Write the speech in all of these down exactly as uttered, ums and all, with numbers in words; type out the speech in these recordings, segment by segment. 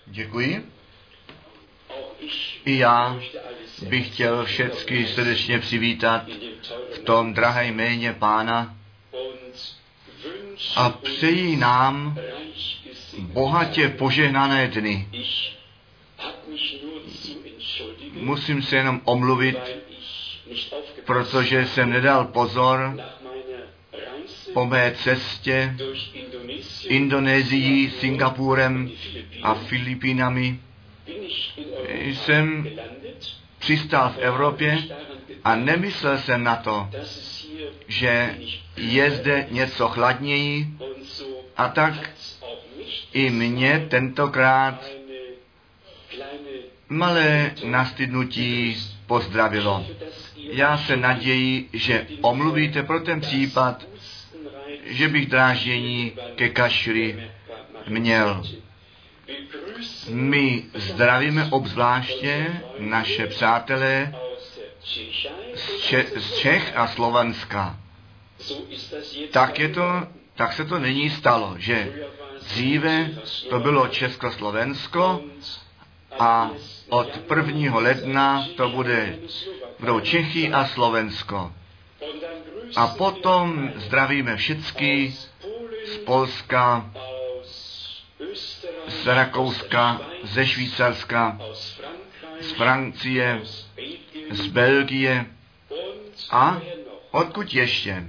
Děkuji. I já bych chtěl všechny srdečně přivítat v tom drahém jméně Pána a přeji nám bohatě požehnané dny. Musím se jenom omluvit, protože jsem nedal pozor po mé cestě Indonésií, Singapurem a Filipínami. Jsem přistál v Evropě a nemyslel jsem na to, že je zde něco chladněji, a tak i mě tentokrát malé nastydnutí pozdravilo. Já se naději, že omluvíte pro ten případ, že bych dráždění ke kašli měl. My zdravíme obzvláště naše přátelé z, Če- z Čech a Slovenska. Tak, je to, tak se to nyní stalo, že dříve to bylo Československo a od prvního ledna to bude, budou Čechy a Slovensko. A potom zdravíme všechny z Polska, z Rakouska, ze Švýcarska, z Francie, z Belgie a odkud ještě?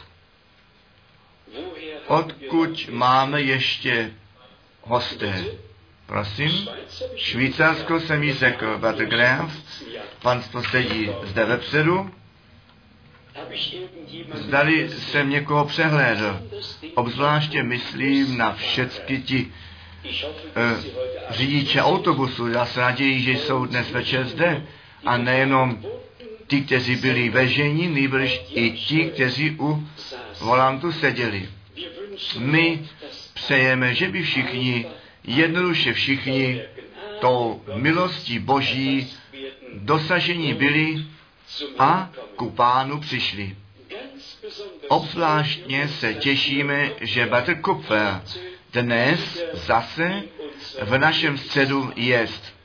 Odkud máme ještě hosté? Prosím, Švýcarsko jsem jí řekl, Bratr Graf, panstvo sedí zde vepředu. Zdali jsem někoho přehlédl, obzvláště myslím na všechny ti e, řidiče autobusu. Já se naději, že jsou dnes večer zde a nejenom ti, kteří byli veženi, nýbrž i ti, kteří u volantu seděli. My přejeme, že by všichni, jednoduše všichni, tou milostí Boží dosažení byli a ku Pánu přišli. Obzvláštně se těšíme, že Bratr Kupfer dnes zase v našem středu jest.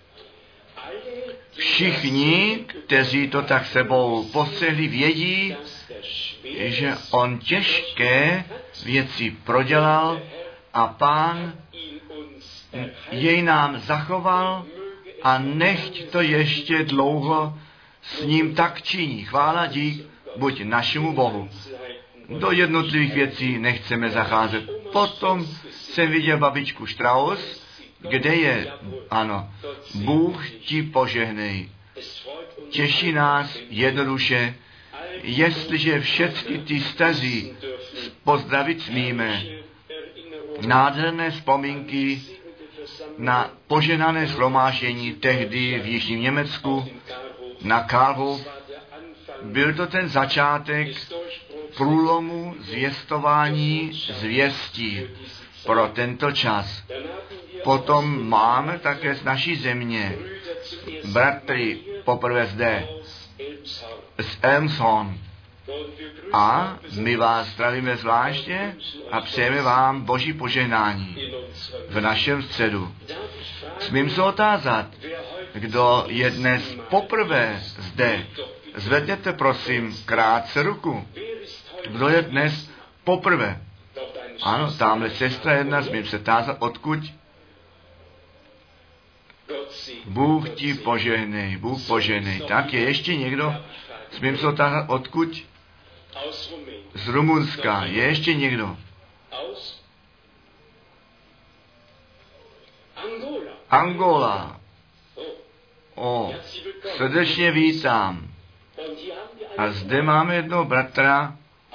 Všichni, kteří to tak sebou postřehli, vědí, že on těžké věci prodělal a Pán jej nám zachoval a nechť to ještě dlouho s ním tak činí. Chvála dík buď našemu Bohu. Do jednotlivých věcí nechceme zacházet. Potom jsem viděl babičku Strauss, kde je, ano, Bůh ti požehnej. Těší nás jednoduše, jestliže všechny ty staří pozdravit smíme. Nádherné vzpomínky na poženané shromáždění tehdy v jižním Německu, na Karlhof. Byl to ten začátek průlomu zvěstování zvěstí pro tento čas. Potom máme také z naší země bratry poprvé zde z Elmshorn. A my vás zdravíme zvláště a přejeme vám Boží požehnání v našem středu. Smím se otázat, kdo je dnes poprvé zde. Zvedněte prosím krátce ruku. Kdo je dnes poprvé? Ano, tamhle sestra jedna, smím se tázat, odkud? Bůh ti požehnej, Bůh požehnej. Tak je ještě někdo? Smím se otázat, odkud? Z Rumunska. Je ještě někdo? Angola. O, srdečně vítám. A zde máme jednoho bratra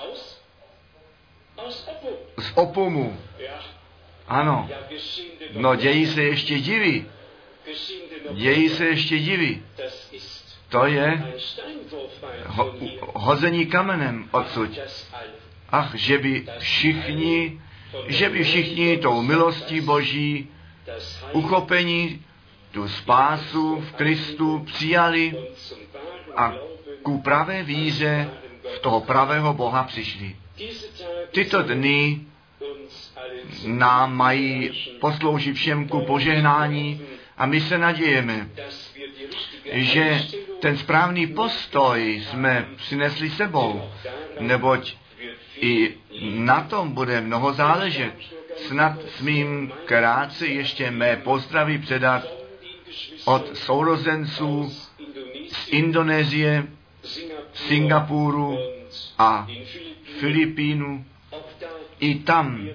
z Opomu. Ano. No, dějí se ještě diví. Dějí se ještě diví. To je ho, hození kamenem odsud. Ach, že by všichni, že by všichni tou milostí Boží uchopení, tu spásu v Kristu přijali a ku pravé víře v toho pravého Boha přišli. Tyto dny nám mají posloužit všem ku požehnání a my se nadějeme, že ten správný postoj jsme přinesli sebou, neboť i na tom bude mnoho záležet. Snad smím krátce ještě mé pozdravy předat od sourozenců z Indonésie, Singapuru a Filipínu. I tam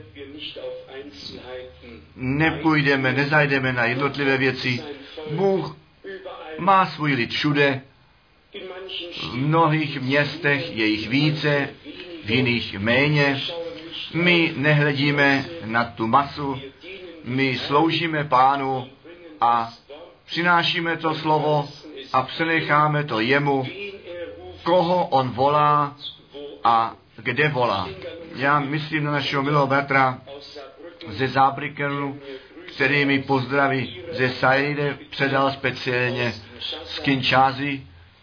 nepůjdeme, nezajdeme na jednotlivé věci. Bůh má svůj lid všude. V mnohých městech je jich více, v jiných méně. My nehledíme na tu masu, my sloužíme Pánu a přinášíme to slovo a přenecháme to jemu, koho on volá a kde volá. Já myslím na našeho milého bratra ze Zábrikenu, který mi pozdraví ze Saide předal speciálně z Kinshasy,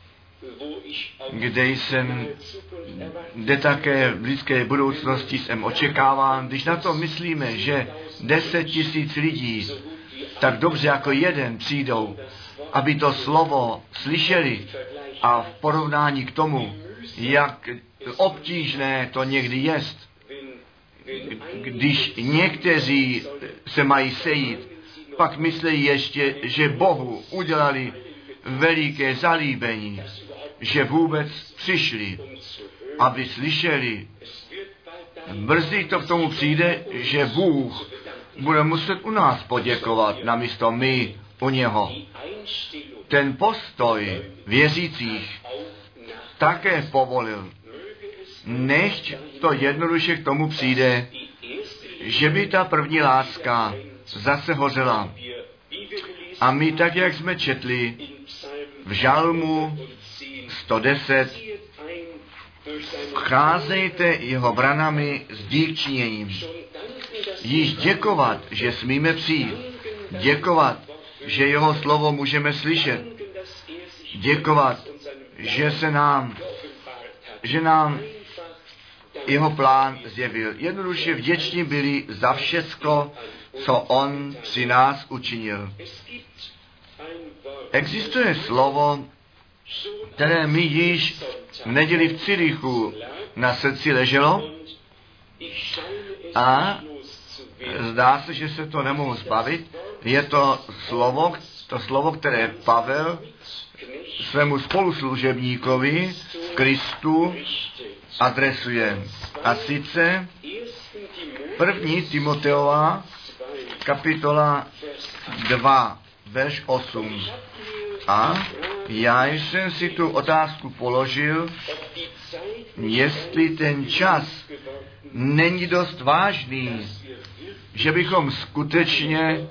kde jsem, kde také v blízké budoucnosti jsem očekáván. Když na to myslíme, že deset tisíc lidí tak dobře jako jeden přijdou, aby to slovo slyšeli a v porovnání k tomu, jak obtížné to někdy jest, když někteří se mají sejít, pak myslí ještě, že Bohu udělali veliké zalíbení, že vůbec přišli, aby slyšeli. Brzy to k tomu přijde, že Bůh bude muset u nás poděkovat, namísto my u něho. Ten postoj věřících také povolil. Nechť to jednoduše k tomu přijde, že by ta první láska zase hořela. A my tak, jak jsme četli v Žalmu sto deset, vcházejte jeho branami s díkčiněním. Již děkovat, že smíme přijít. Děkovat, že jeho slovo můžeme slyšet. Děkovat, že se nám, že nám jeho plán zjevil. Jednoduše vděční byli za všecko, co on při nás učinil. Existuje slovo, které mi již v neděli v Cirichu na srdci leželo a zdá se, že se to nemohu zbavit. Je to slovo, to slovo, které Pavel svému spoluslužebníkovi v Kristu adresuje. A sice první Timoteova kapitola dva, verš osm. A já jsem si tu otázku položil, jestli ten čas není dost vážný, že bychom skutečně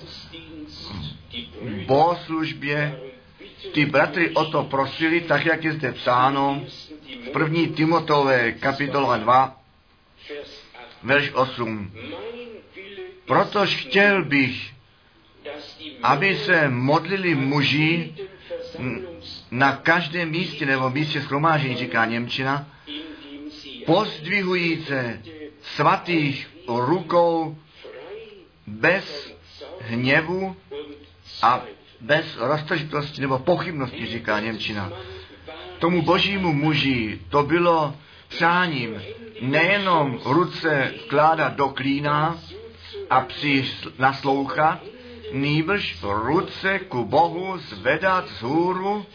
v bohoslužbě ty bratry o to prosili, tak jak je zde psáno v první Timotové kapitola dva, verš osm. Protož chtěl bych, aby se modlili muži na každém místě, nebo místě shromáždění, říká němčina, pozdvihujíce svatých rukou bez hněvu a bez roztržitosti nebo pochybnosti, říká němčina. Tomu božímu muži to bylo přáním nejenom ruce vkládat do klína a při naslouchat, nýbrž ruce ku Bohu zvedat vzhůru,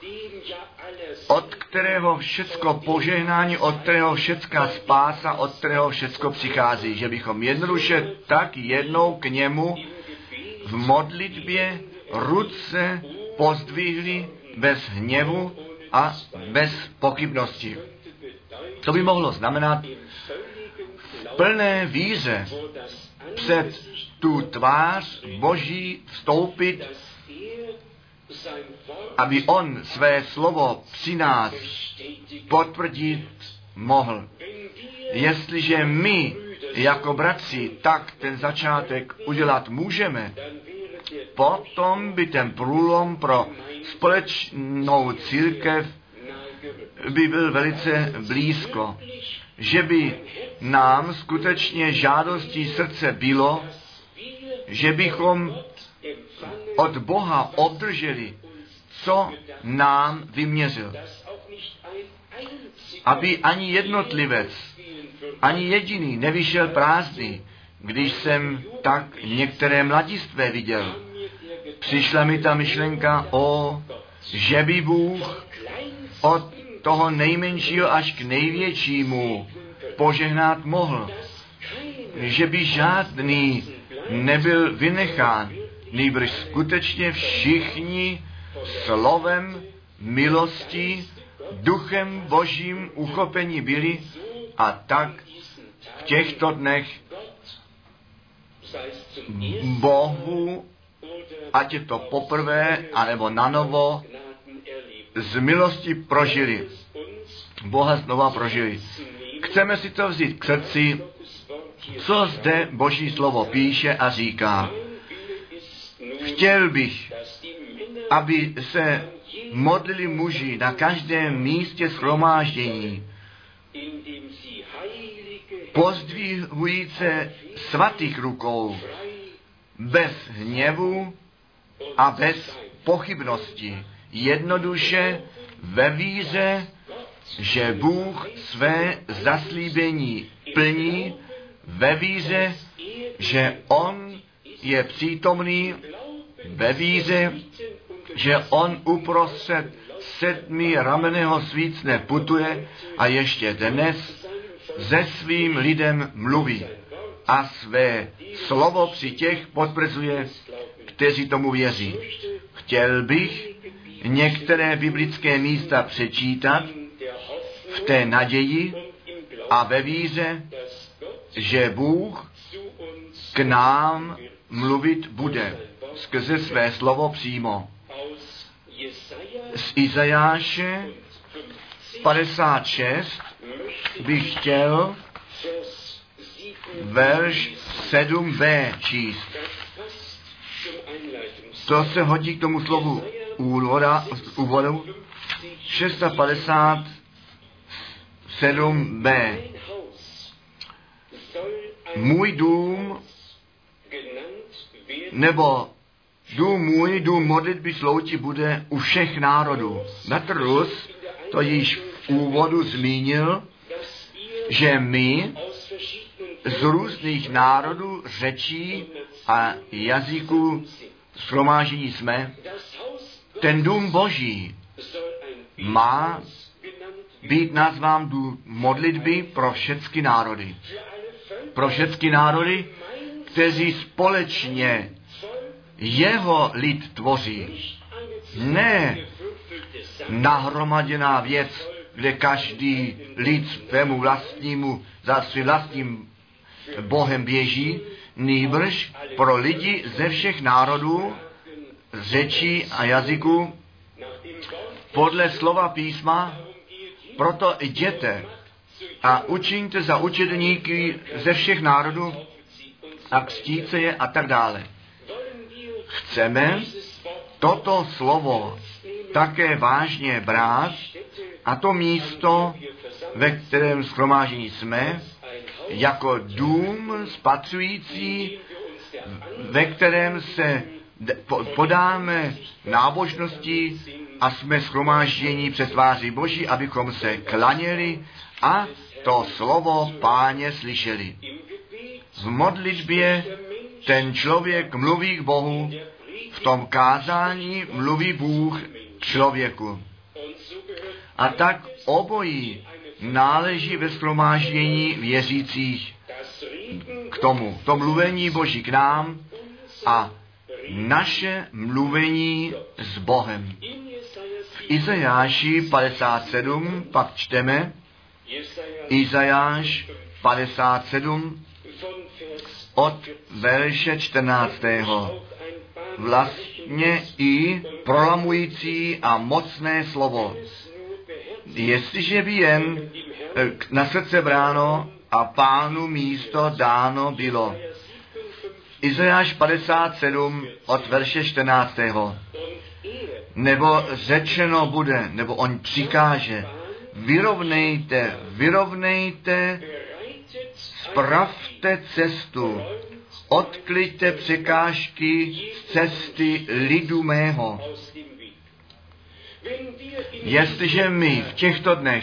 od kterého všecko požehnání, od kterého všecká spása, od kterého všecko přichází. Že bychom jednoduše tak jednou k němu v modlitbě ruce pozdvihli bez hněvu a bez pochybnosti. To by mohlo znamenat v plné víře před tu tvář Boží vstoupit, aby on své slovo při nás potvrdit mohl. Jestliže my jako bratři tak ten začátek udělat můžeme, potom by ten průlom pro společnou církev by byl velice blízko. Že by nám skutečně žádostí srdce bylo, že bychom od Boha obdrželi, co nám vyměřil. Aby ani jednotlivec, ani jediný nevyšel prázdný. Když jsem tak některé mladistvé viděl, přišla mi ta myšlenka, o, že by Bůh od toho nejmenšího až k největšímu požehnat mohl. Že by žádný nebyl vynechán, nýbrž skutečně všichni slovem milostí, duchem Božím uchopení byli a tak v těchto dnech Bohu, ať je to poprvé, anebo nanovo, z milosti prožili. Boha znova prožili. Chceme si to vzít k srdci, co zde Boží slovo píše a říká. Chtěl bych, aby se modlili muži na každém místě shromáždění, pozdvihujíce svatých rukou, bez hněvu a bez pochybnosti, jednoduše ve víře, že Bůh své zaslíbení plní, ve víře, že On je přítomný, ve víře, že On uprostřed sedmi ramenného svícne putuje a ještě dnes se svým lidem mluví a své slovo při těch potvrzuje, kteří tomu věří. Chtěl bych některé biblické místa přečítat v té naději a ve víře, že Bůh k nám mluvit bude skrze své slovo přímo. Z Izajáše padesát šest bych chtěl verš sedm b číst. To se hodí k tomu slovu úvoda, úvodu padesát šest sedm b. Můj dům, nebo dům můj, dům modlitby slouti bude u všech národů. Natrus to již v úvodu zmínil, že my z různých národů, řečí a jazyků shromáždění jsme. Ten dům Boží má být nazván dům modlitby pro všechny národy. Pro všechny národy, kteří společně jeho lid tvoří. Ne nahromaděná věc, kde každý lid svému vlastnímu, za svým vlastním Bohem běží, nýbrž pro lidi ze všech národů, řečí a jazyků, podle slova písma, proto jděte a učiňte za učedníky ze všech národů a křtíte je a tak dále. Chceme toto slovo také vážně brát a to místo, ve kterém shromáždění jsme, jako dům spatřující, ve kterém se podáme nábožnosti a jsme shromáždění před tváří Boží, abychom se klaněli a to slovo Páně slyšeli. V modlitbě ten člověk mluví k Bohu, v tom kázání mluví Bůh k člověku. A tak obojí náleží ve shromáždění věřících k tomu. To mluvení Boží k nám a naše mluvení s Bohem. V Izajáši padesát sedm pak čteme, Izajáš padesát sedm od verše čtrnáctého. Vlastně i prolamující a mocné slovo. Jestliže by jen na srdce bráno a Pánu místo dáno bylo. Izajáš padesát sedm od verše čtrnáctého. nebo řečeno bude, nebo on přikáže, vyrovnejte, vyrovnejte, spravte cestu, odkliďte překážky z cesty lidu mého. Jestliže my v těchto dnech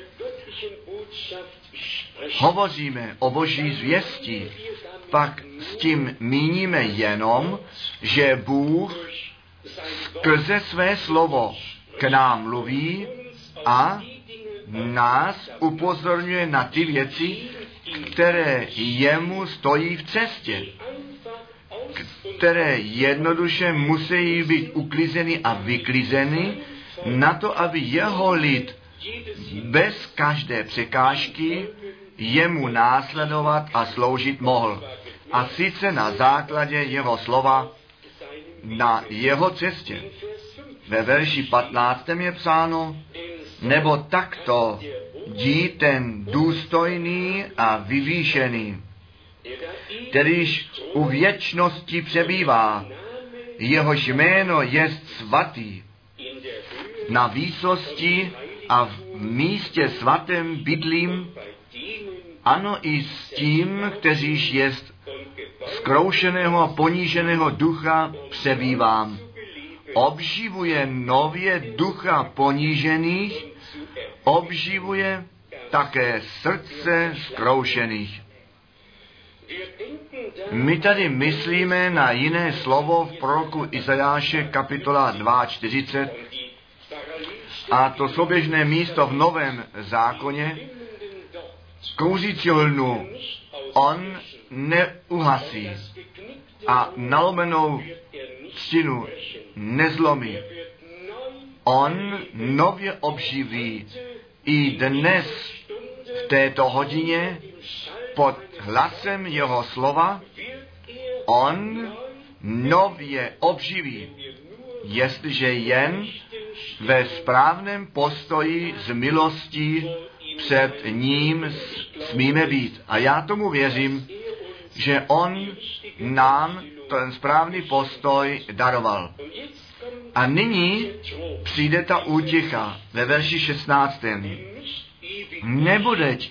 hovoříme o boží zvěsti, pak s tím míníme jenom, že Bůh skrze své slovo k nám mluví a nás upozorňuje na ty věci, které jemu stojí v cestě, které jednoduše musí být uklizeny a vyklizeny na to, aby jeho lid bez každé překážky jemu následovat a sloužit mohl. A sice na základě jeho slova na jeho cestě. Ve verši patnáctém je psáno, nebo takto dí ten důstojný a vyvýšený, kterýž u věčnosti přebývá, jehož jméno jest svatý, na výsosti a v místě svatém bydlím, ano i s tím, kteříž jest zkroušeného a poníženého ducha přebývám. Obživuje nově ducha ponížených, obživuje také srdce zkroušených. My tady myslíme na jiné slovo v proroku Izajáše kapitola čtyřicet dva a to souběžné místo v Novém zákoně. Kouřícího lnu on neuhasí a nalomenou třtinu nezlomí. On nově obživí i dnes v této hodině pod hlasem jeho slova. On nově obživí, jestliže jen ve správném postoji z milostí před ním smíme být. A já tomu věřím, že on nám ten správný postoj daroval. A nyní přijde ta útěcha ve verši šestnáctém. Nebudeť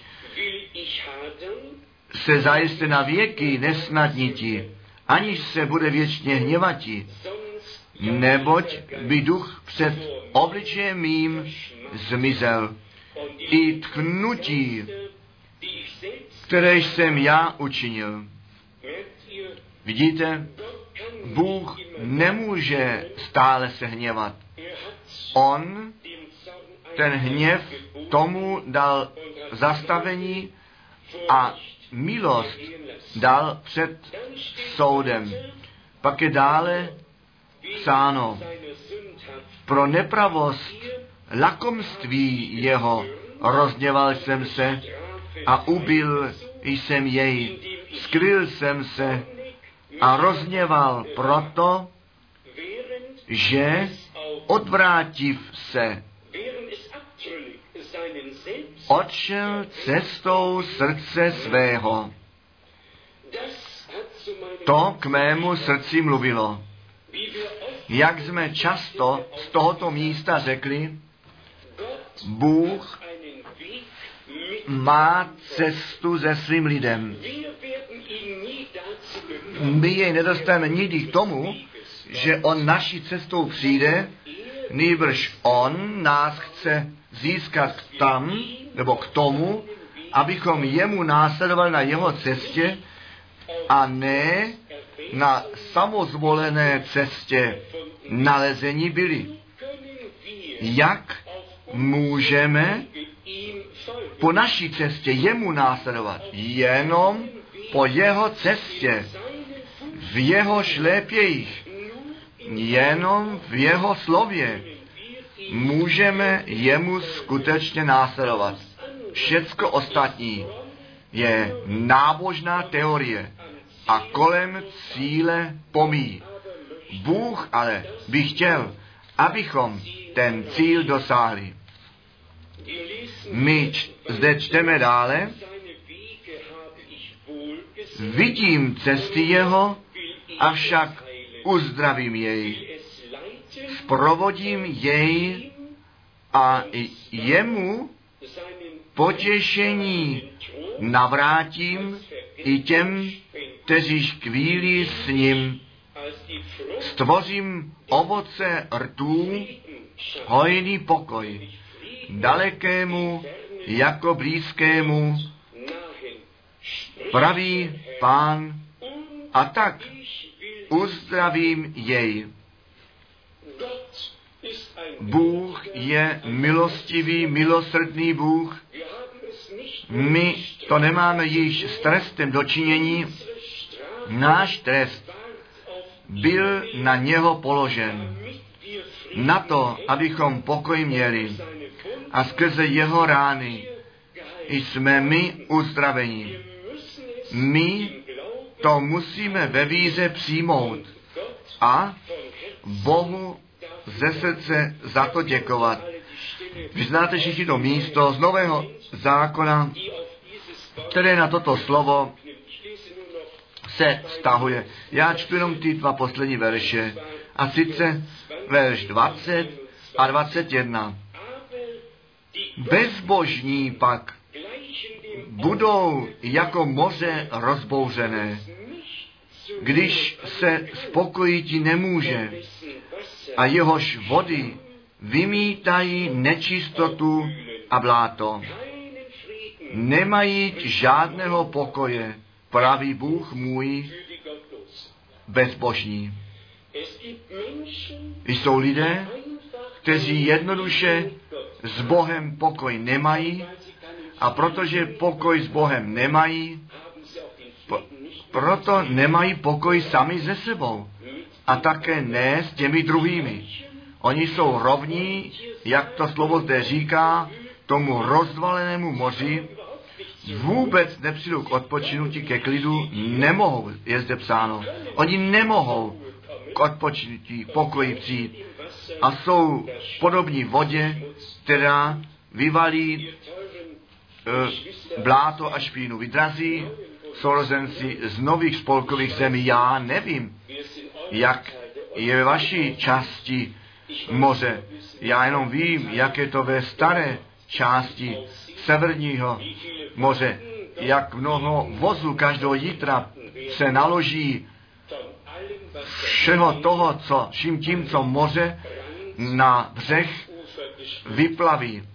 se zajisté na věky nesnadniti, aniž se bude věčně hněvati, neboť by duch před obličejem mým zmizel. I tknutí, které jsem já učinil. Vidíte, Bůh nemůže stále se hněvat. On ten hněv tomu dal zastavení a milost dal před soudem. Pak je dále psáno, pro nepravost lakomství jeho rozněval jsem se a ubil jsem jej. Skryl jsem se a rozněval proto, že odvrátiv se, odšel cestou srdce svého. To k mému srdci mluvilo. Jak jsme často z tohoto místa řekli, Bůh má cestu se svým lidem. My jej nedostaneme nikdy k tomu, že on naší cestou přijde, nýbrž on nás chce získat tam, nebo k tomu, abychom jemu následovali na jeho cestě a ne na samozvolené cestě nalezení byli. Jak můžeme po naší cestě jemu následovat? Jenom po jeho cestě, v jeho šlépějích, jenom v jeho slově můžeme jemu skutečně následovat. Všecko ostatní je nábožná teorie a kolem cíle pomíjí. Bůh ale by chtěl, abychom ten cíl dosáhli. My č- zde čteme dále, vidím cesty jeho, avšak uzdravím jej. Sprovodím jej a jemu potěšení navrátím i těm, kteří škvílí s ním. Stvořím ovoce rtů, hojný pokoj, dalekému jako blízkému, praví Pán, a tak uzdravím jej. Bůh je milostivý, milosrdný Bůh. My to nemáme již s trestem dočinění. Náš trest byl na něho položen. Na to, abychom pokoj měli. A skrze jeho rány jsme my uzdraveni. My to musíme ve víře přijmout a Bohu ze srdce za to děkovat. Vy znáte všichni to místo z Nového zákona, které na toto slovo se vztahuje. Já čtu jenom ty dva poslední verše, a sice verš dvacet a dvacet jedna. Bezbožní pak budou jako moře rozbouřené, když se spokojit nemůže a jehož vody vymítají nečistotu a bláto. Nemají žádného pokoje, pravý Bůh můj, bezbožní. Jsou lidé, kteří jednoduše s Bohem pokoj nemají, a protože pokoj s Bohem nemají, proto nemají pokoj sami se sebou a také ne s těmi druhými. Oni jsou rovní, jak to slovo zde říká, tomu rozvalenému moři, vůbec nepřijdou k odpočinutí, ke klidu, nemohou, je zde psáno. Oni nemohou k odpočinutí, pokoji přijít a jsou podobní vodě, která vyvalí e, bláto a špínu, vydrazí sourozenci z nových spolkových zemí. Já nevím, jak je ve vaší části moře. Já jenom vím, jak je to ve staré části severního moře, jak mnoho vozů každého jítra se naloží všeho toho, co, vším tím, co moře na břeh vyplaví.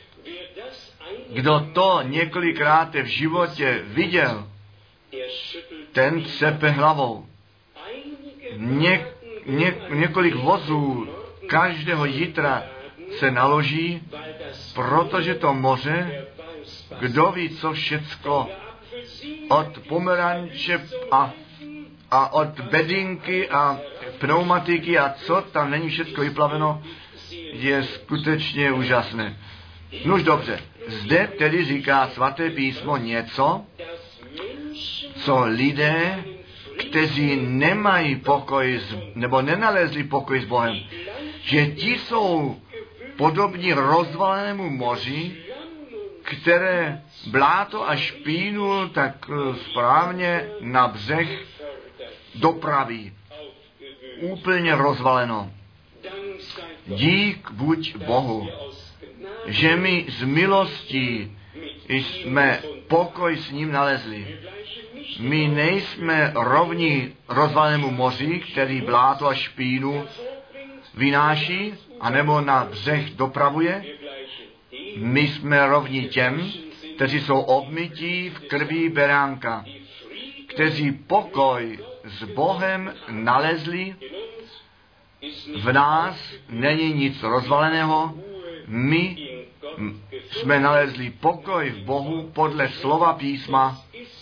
Kdo to několikrát v životě viděl, ten třepe hlavou. Ně, ně, několik vozů každého jítra se naloží, protože to moře, kdo ví, co všecko, od pomeranče a, a od bedinky a pneumatiky a co tam není všecko vyplaveno, je skutečně úžasné. Nož dobře, zde tedy říká svaté písmo něco, co lidé, kteří nemají pokoj s, nebo nenalezli pokoj s Bohem, že ti jsou podobní rozvalenému moři, které bláto a špínu tak správně na břeh dopraví. Úplně rozvaleno. Dík buď Bohu, že my z milostí jsme pokoj s ním nalezli. My nejsme rovní rozvalenému moři, který bláto a špínu vynáší, anebo na břeh dopravuje. My jsme rovní těm, kteří jsou obmytí v krví beránka, kteří pokoj s Bohem nalezli. V nás není nic rozvaleného, my jsme nalezli pokoj v Bohu podle slova písma.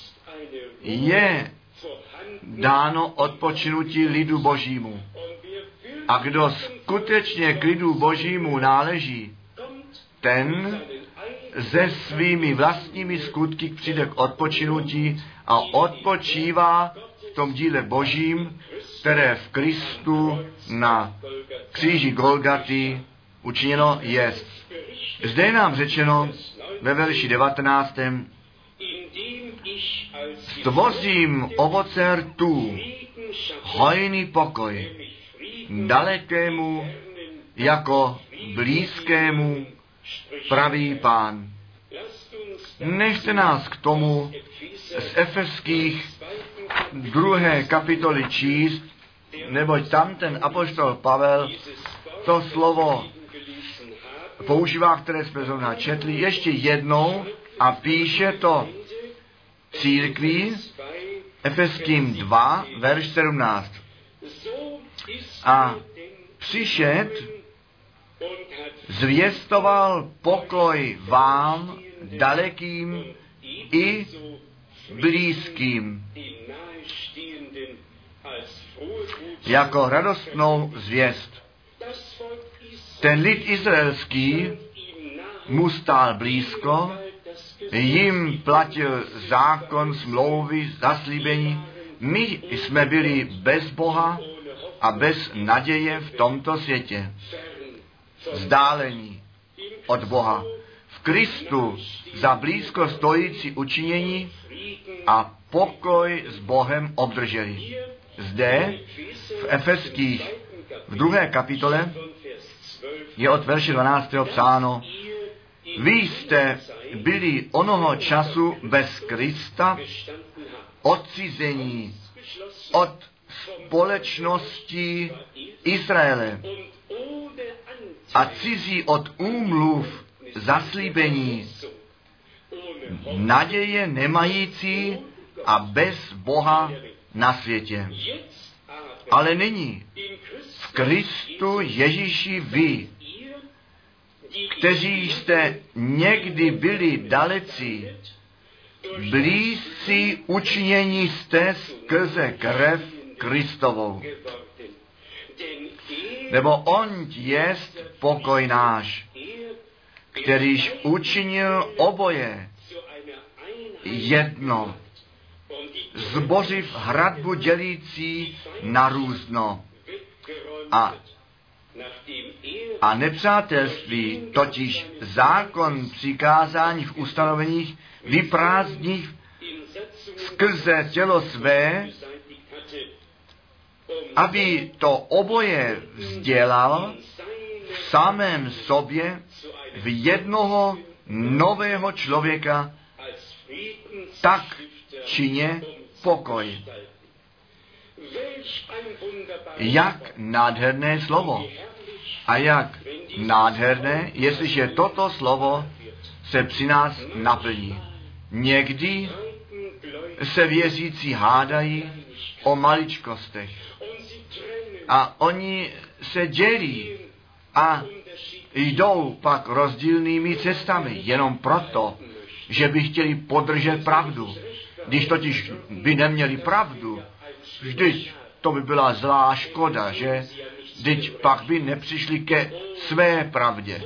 Je dáno odpočinutí lidu Božímu. A kdo skutečně k lidu Božímu náleží, ten se svými vlastními skutky přijde k odpočinutí a odpočívá v tom díle Božím, které v Kristu na kříži Golgaty učiněno jest. Zde je nám řečeno ve verši devatenáctém Stvořím ovoce rtů, hojný pokoj, dalekému jako blízkému, pravý Pán. Nechte nás k tomu z Efeských druhé kapitoly číst, neboť tam ten apoštol Pavel to slovo používá, které jsme zrovna četli, ještě jednou a píše to církví, Efeským dva, verš sedmnáct. A přišed, zvěstoval pokoj vám, dalekým i blízkým, jako radostnou zvěst. Ten lid izraelský mu stál blízko, jim platil zákon, smlouvy, zaslíbení. My jsme byli bez Boha a bez naděje v tomto světě. Vzdálení od Boha. V Kristu za blízko stojící učinění a pokoj s Bohem obdrželi. Zde v Efeských v druhé kapitole je od verše dvanáctého psáno: vy jste byli onoho času bez Krista, odcizení od společnosti Izraele a cizí od úmluv zaslíbení, naděje nemající a bez Boha na světě. Ale nyní v Kristu Ježíši vy, kteří jste někdy byli dalecí, blízcí učinění jste skrze krev Kristovou. Nebo on jest pokoj náš, kterýž učinil oboje jedno, zbořiv hradbu dělící na různo. A, a nepřátelství, totiž zákon přikázání v ustanoveních vyprázdních skrze tělo své, aby to oboje vzdělal v samém sobě v jednoho nového člověka, tak čině pokoj. Jak nádherné slovo. A jak nádherné, jestliže toto slovo se při nás naplní. Někdy se věřící hádají o maličkostech. A oni se dělí a jdou pak rozdílnými cestami jenom proto, že by chtěli podržet pravdu. Když totiž by neměli pravdu, vždyť to by byla zlá škoda, že? Vždyť pak by nepřišli ke své pravdě.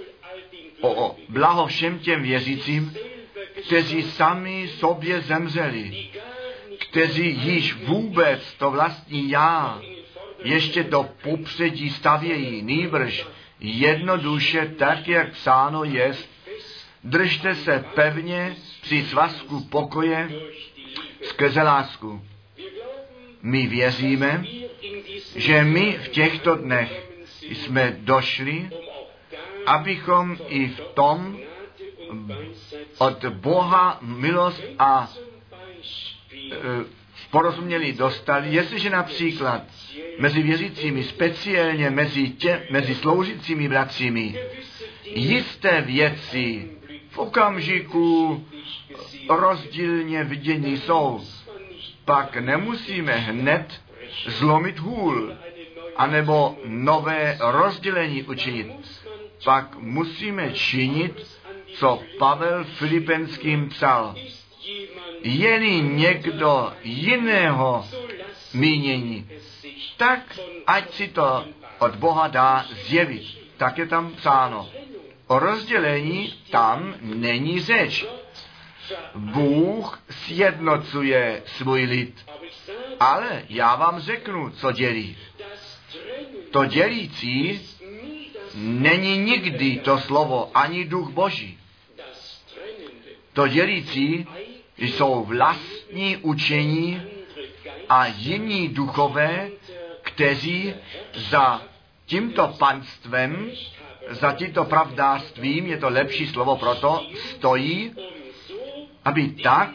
O, o blaho všem těm věřícím, kteří sami sobě zemřeli, kteří již vůbec to vlastní já ještě do popředí stavějí, nýbrž jednoduše tak, jak psáno jest, držte se pevně při svazku pokoje skrze lásku. My věříme, že my v těchto dnech jsme došli, abychom i v tom od Boha milost a e, porozumění dostali. Jestliže například mezi věřícími, speciálně mezi, tě, mezi sloužícími bratřími, jisté věci v okamžiku rozdílně vidění jsou, pak nemusíme hned zlomit hůl, anebo nové rozdělení učinit. Pak musíme činit, co Pavel Filipenským psal. Je-li někdo jiného mínění, tak ať si to od Boha dá zjevit. Tak je tam psáno. O rozdělení tam není řeč. Bůh sjednocuje svůj lid. Ale já vám řeknu, co dělí. To dělící není nikdy to slovo, ani duch Boží. To dělící jsou vlastní učení a jiní duchové, kteří za tímto panstvem, za tímto pravdářstvím, je to lepší slovo proto, stojí, aby tak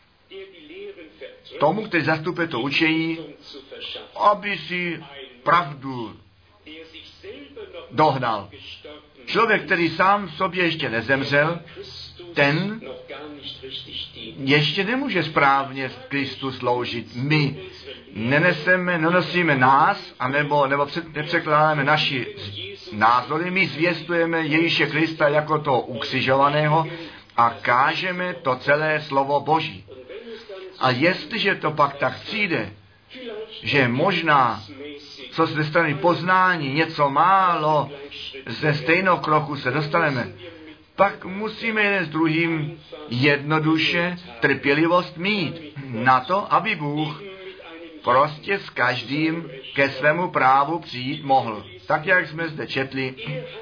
tomu, který zastupuje to učení, aby si pravdu dohnal. Člověk, který sám sobě ještě nezemřel, ten ještě nemůže správně Kristu sloužit. My neneseme, nenosíme nás, anebo, nebo nepřekládáme naši názory, my zvěstujeme Ježíše Krista jako to ukřižovaného a kážeme to celé slovo Boží. A jestliže to pak tak přijde, že možná, co ze strany poznání, něco málo ze stejného kroku se dostaneme, pak musíme jeden s druhým jednoduše trpělivost mít na to, aby Bůh prostě s každým ke svému právu přijít mohl. Tak, jak jsme zde četli,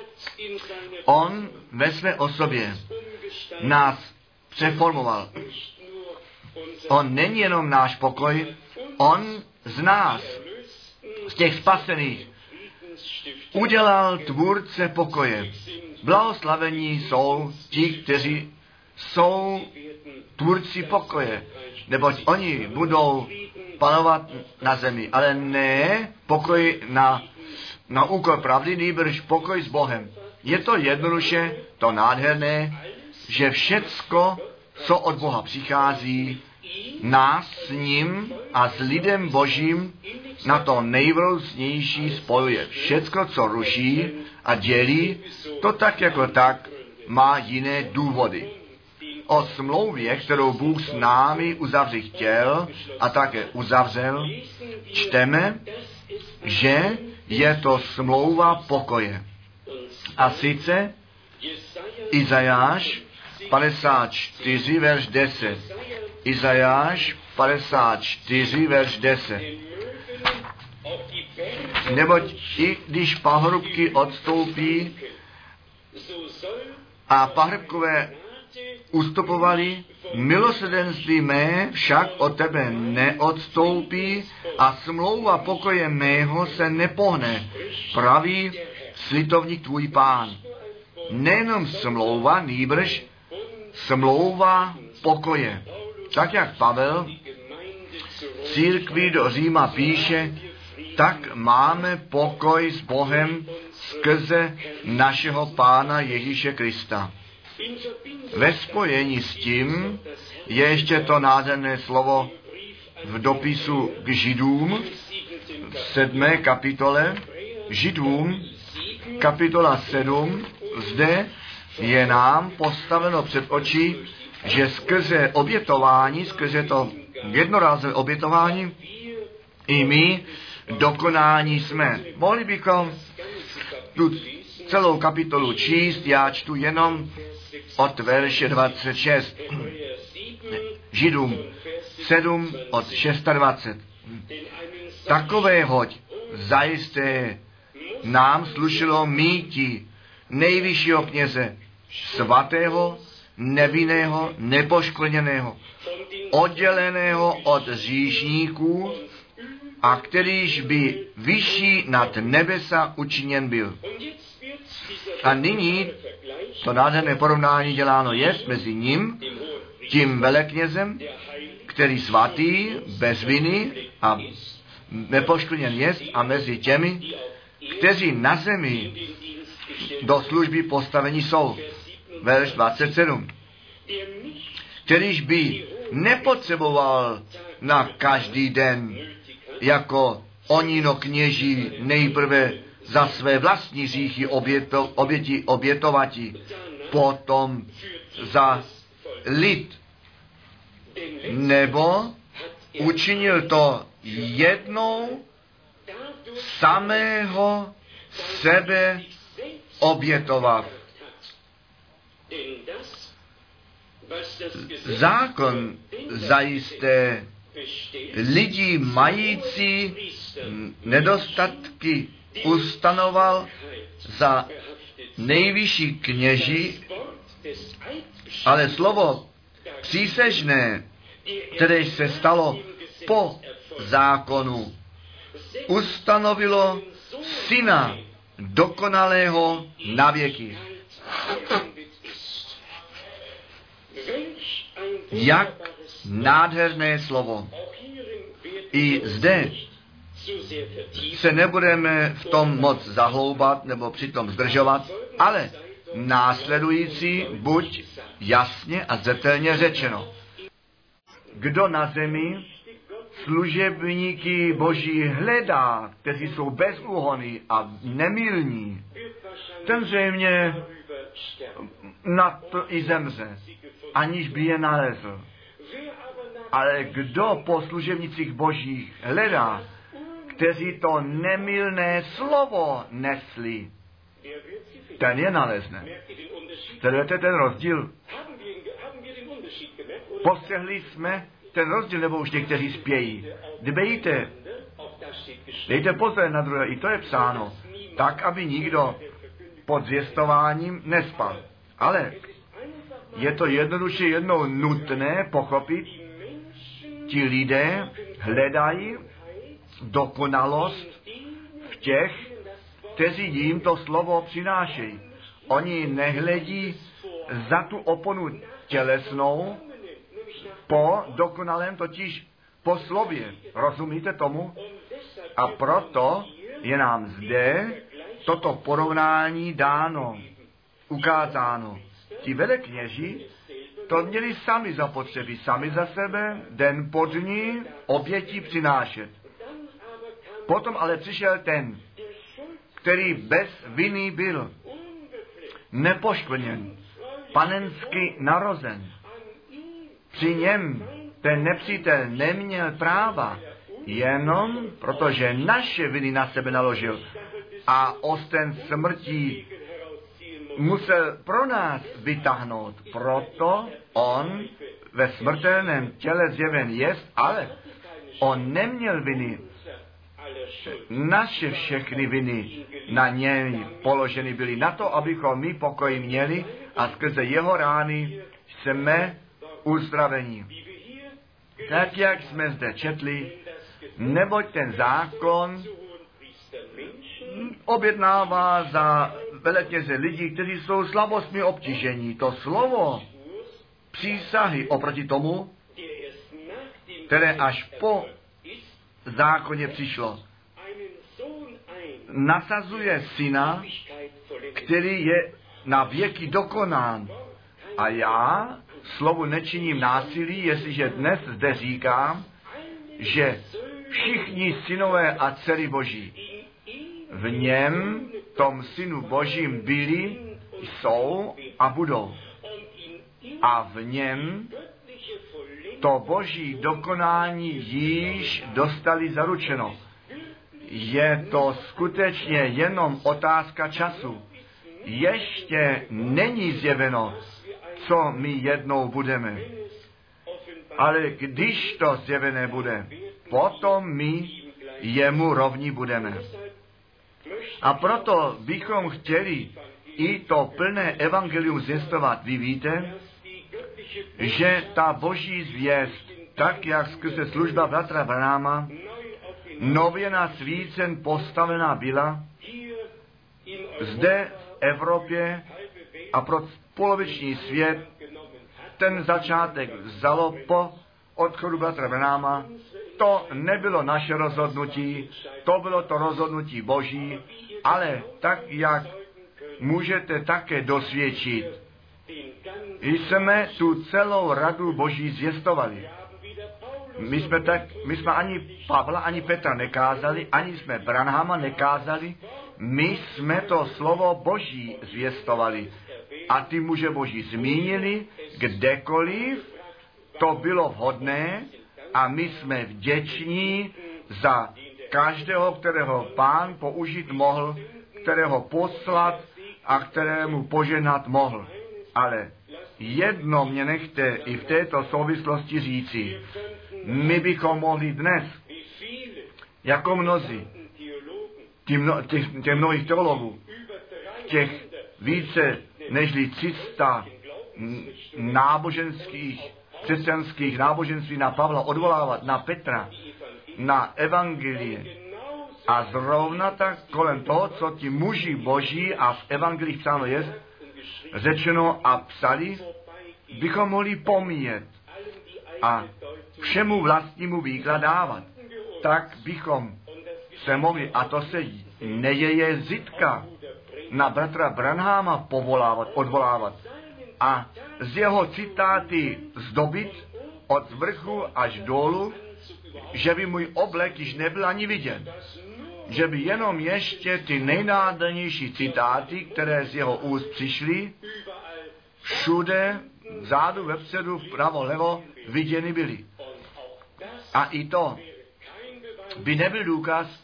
on ve své osobě nás přeformoval. On není jenom náš pokoj, on z nás, z těch spasených, udělal tvůrce pokoje. Blahoslavení jsou ti, kteří jsou tvůrci pokoje, neboť oni budou panovat na zemi, ale ne pokoj na, na úkor pravdy, nýbrž pokoj s Bohem. Je to jednoduše, to nádherné, že všecko, co od Boha přichází, nás s ním a s lidem Božím na to nejvroucnější spojuje. Všecko, co ruší a dělí, to tak jako tak má jiné důvody. O smlouvě, kterou Bůh s námi uzavřít chtěl a také uzavřel, čteme, že je to smlouva pokoje. A sice Izajáš padesát čtyři, verš deset. Izajáš padesát čtyři, verš deset. Neboť i když pahrubky odstoupí a pahrubkové ustupovali, milosrdenství mé však od tebe neodstoupí a smlouva pokoje mého se nepohne, praví slitovník tvůj Pán. Nejenom smlouva, nýbrž smlouva pokoje. Tak jak Pavel církvi do Říma píše, tak máme pokoj s Bohem skrze našeho Pána Ježíše Krista. Ve spojení s tím je ještě to nádherné slovo v dopisu k Židům v sedmé kapitole. Židům, kapitola sedm, zde je nám postaveno před oči, že skrze obětování, skrze to jednorázové obětování, i my dokonání jsme. Mohli bychom tu celou kapitolu číst, já čtu jenom od verše dvacet šest. Židům sedm od dvacet šest. Takovéhoť zajisté nám slušelo míti nejvyššího kněze, svatého, nevinného, nepoškvrněného, odděleného od hříšníků a kterýž by vyšší nad nebesa učiněn byl. A nyní to nádherné porovnání děláno je mezi ním, tím veleknězem, který svatý, bez viny a nepoškvrněn jest, a mezi těmi, kteří na zemi do služby postavení jsou. Verš dvacet sedm. Kterýž by nepotřeboval na každý den, jako onino kněží nejprve za své vlastní hříchy oběto, oběti obětovati, potom za lid. Nebo učinil to jednou samého sebe obětovat. Zákon zajisté lidí mající nedostatky ustanoval za nejvyšší kněží, ale slovo přísežné, které se stalo po zákonu, ustanovilo syna dokonalého na věky. Jak nádherné slovo. I zde se nebudeme v tom moc zahloubat nebo přitom zdržovat, ale následující buď jasně a zřetelně řečeno. Kdo na zemi služebníky Boží hledá, kteří jsou bezúhonní a nemilní, ten zřejmě na to i zemře, aniž by je nalezl. Ale kdo po služebnicích Božích hledá, kteří to nemilné slovo nesli, ten je nalezne. Sledujete ten rozdíl? Postřehli jsme ten rozdíl, nebo už někteří spějí. Dbejte, dejte pozor na druhé, i to je psáno, tak, aby nikdo pod zvěstováním nespal. Ale je to jednoduše jednou nutné pochopit, ti lidé hledají dokonalost v těch, kteří jim to slovo přinášejí. Oni nehledí za tu oponu tělesnou po dokonalém, totiž po slově. Rozumíte tomu? A proto je nám zde toto porovnání dáno, ukázáno. Ti velekněži to měli sami zapotřebí, sami za sebe, den po dní oběti přinášet. Potom ale přišel ten, který bez viny byl, nepoškvrněn, panensky narozen. Při něm ten nepřítel neměl práva, jenom protože naše viny na sebe naložil a osten smrtí musel pro nás vytáhnout. Proto on ve smrtelném těle zjeven jest, ale on neměl viny. Naše všechny viny na něj položeny byly na to, abychom my pokoj měli a skrze jeho rány jsme uzdravení. Tak, jak jsme zde četli, neboť ten zákon objednává za velekněze lidí, kteří jsou slabostmi obtížení. To slovo přísahy oproti tomu, které až po zákoně přišlo, nasazuje syna, který je na věky dokonán. A já slovu nečiním násilí, jestliže dnes zde říkám, že všichni synové a dcery Boží v něm, tom synu Božím byli, jsou a budou. A v něm to Boží dokonání již dostali zaručeno. Je to skutečně jenom otázka času. Ještě není zjeveno, co my jednou budeme. Ale když to zjevené bude, potom my jemu rovní budeme. A proto bychom chtěli i to plné evangelium zvěstovat. Vy víte, že ta Boží zvěst, tak jak skrze služba bratra Branhama, nově na svícen postavená byla, zde v Evropě a pro poloviční svět ten začátek vzalo po odchodu bratra Branhama. To nebylo naše rozhodnutí, to bylo to rozhodnutí Boží, ale tak, jak můžete také dosvědčit, jsme tu celou radu Boží zvěstovali. My jsme, tak, my jsme ani Pavla, ani Petra nekázali, ani jsme Branhama nekázali, my jsme to slovo Boží zvěstovali. A ty muže Boží zmínili, kdekoliv to bylo vhodné, a my jsme vděční za každého, kterého Pán použít mohl, kterého poslat a kterému poženat mohl. Ale jedno mě nechte i v této souvislosti říci. My bychom mohli dnes, jako mnozí, těch, těch mnohých teologů, těch více nežli tři sta náboženských, křesťanských náboženství na Pavla odvolávat, na Petra, na evangelie, A zrovna tak kolem toho, co ti muži boží, a v evangelích psáno je, řečeno a psali, bychom mohli pomíjet a všemu vlastnímu výklad dávat. Tak bychom se mohli, a to se nejeje Zitka, na bratra Branhama povolávat, odvolávat a z jeho citáty zdobit od vrchu až dolů, že by můj oblek již nebyl ani vidět. Že by jenom ještě ty nejnádhernější citáty, které z jeho úst přišly, všude, vzadu, vepředu, vpravo, levo, viděny byly. A i to by nebyl důkaz,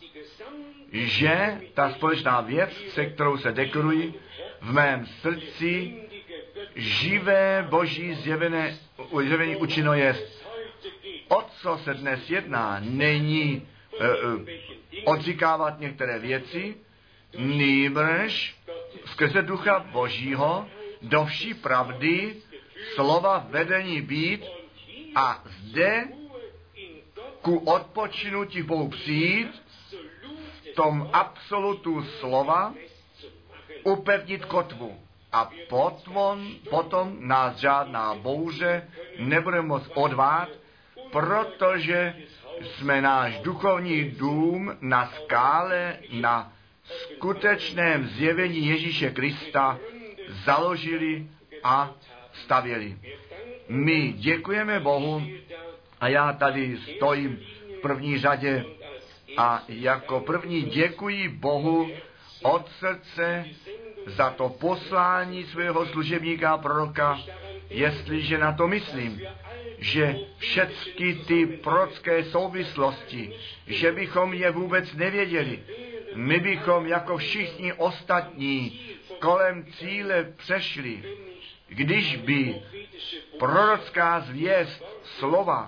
že ta společná věc, se kterou se deklaruji, v mém srdci živé boží zjevené, zjevení učino jest. O co se dnes jedná, není e, e, odříkávat některé věci, nýbrž skrze ducha božího do vší pravdy slova vedení být a zde ku odpočinutí Bohu přijít, v tom absolutu slova upevnit kotvu. A potom, potom nás žádná bouře nebude moct odvát, protože jsme náš duchovní dům na skále, na skutečném zjevení Ježíše Krista založili a stavěli. My děkujeme Bohu a já tady stojím v první řadě a jako první děkuji Bohu od srdce za to poslání svého služebníka proroka, jestliže na to myslím, že všechny ty prorocké souvislosti, že bychom je vůbec nevěděli, my bychom jako všichni ostatní kolem cíle přešli, když by prorocká zvěst slova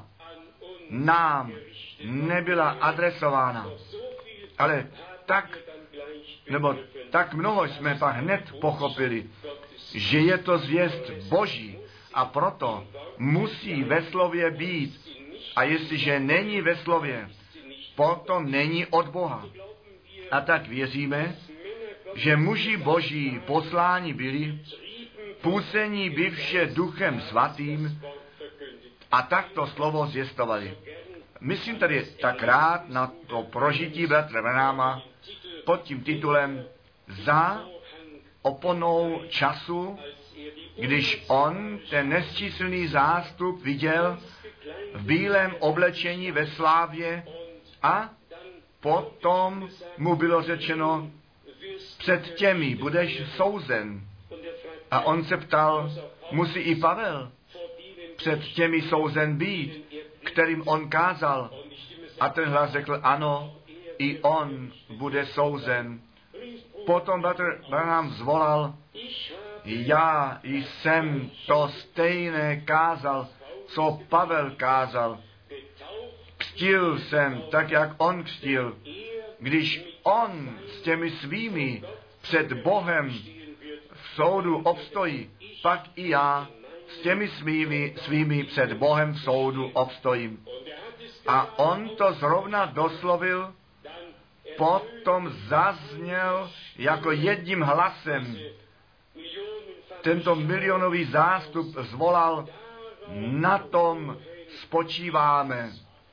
nám nebyla adresována. Ale tak, nebo tak mnoho jsme pak hned pochopili, že je to zvěst Boží a proto musí ve slově být. A jestliže není ve slově, potom není od Boha. A tak věříme, že muži Boží posláni byli, půsení byvše Duchem Svatým a tak to slovo zvěstovali. Myslím tady tak rád na to prožití bratra Branhama pod tím titulem Za oponou času, když on ten nesčíslný zástup viděl v bílém oblečení ve slávě a potom mu bylo řečeno, před těmi budeš souzen. A on se ptal, musí i Pavel před těmi souzen být, kterým on kázal. A ten hlas řekl, ano, i on bude souzen. Potom bratr Branham zvolal, já jsem to stejné kázal, co Pavel kázal. Křtil jsem tak, jak on křtil. Když on s těmi svými před Bohem v soudu obstojí, pak i já s těmi svými, svými před Bohem v soudu obstojím. A on to zrovna doslovil, potom zazněl jako jedním hlasem. Tento milionový zástup zvolal, na tom spočíváme.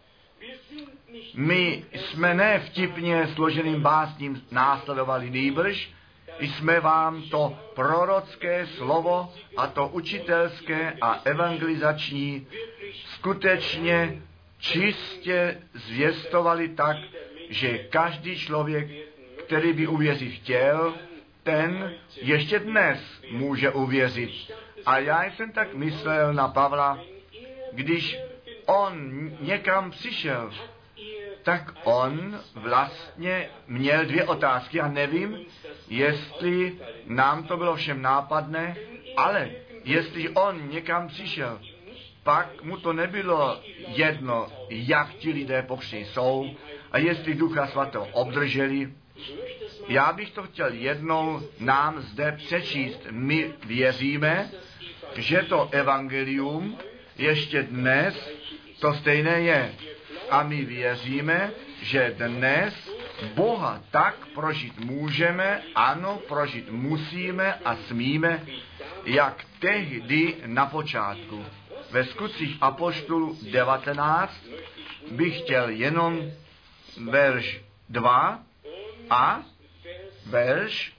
My jsme ne vtipně složeným básním následovali, nýbrž jsme vám to prorocké slovo a to učitelské a evangelizační skutečně čistě zvěstovali tak, že každý člověk, který by uvěřit chtěl, ten ještě dnes může uvěřit. A já jsem tak myslel na Pavla, když on někam přišel, tak on vlastně měl dvě otázky a nevím, jestli nám to bylo všem nápadné, ale jestli on někam přišel, pak mu to nebylo jedno, jak ti lidé popři jsou a jestli Ducha Svatého obdrželi. Já bych to chtěl jednou nám zde přečíst. My věříme, že to evangelium ještě dnes to stejné je. A my věříme, že dnes Boha tak prožít můžeme, ano, prožít musíme a smíme, jak tehdy na počátku. Ve Skutcích apoštolů devatenáct bych chtěl jenom verš dva a verš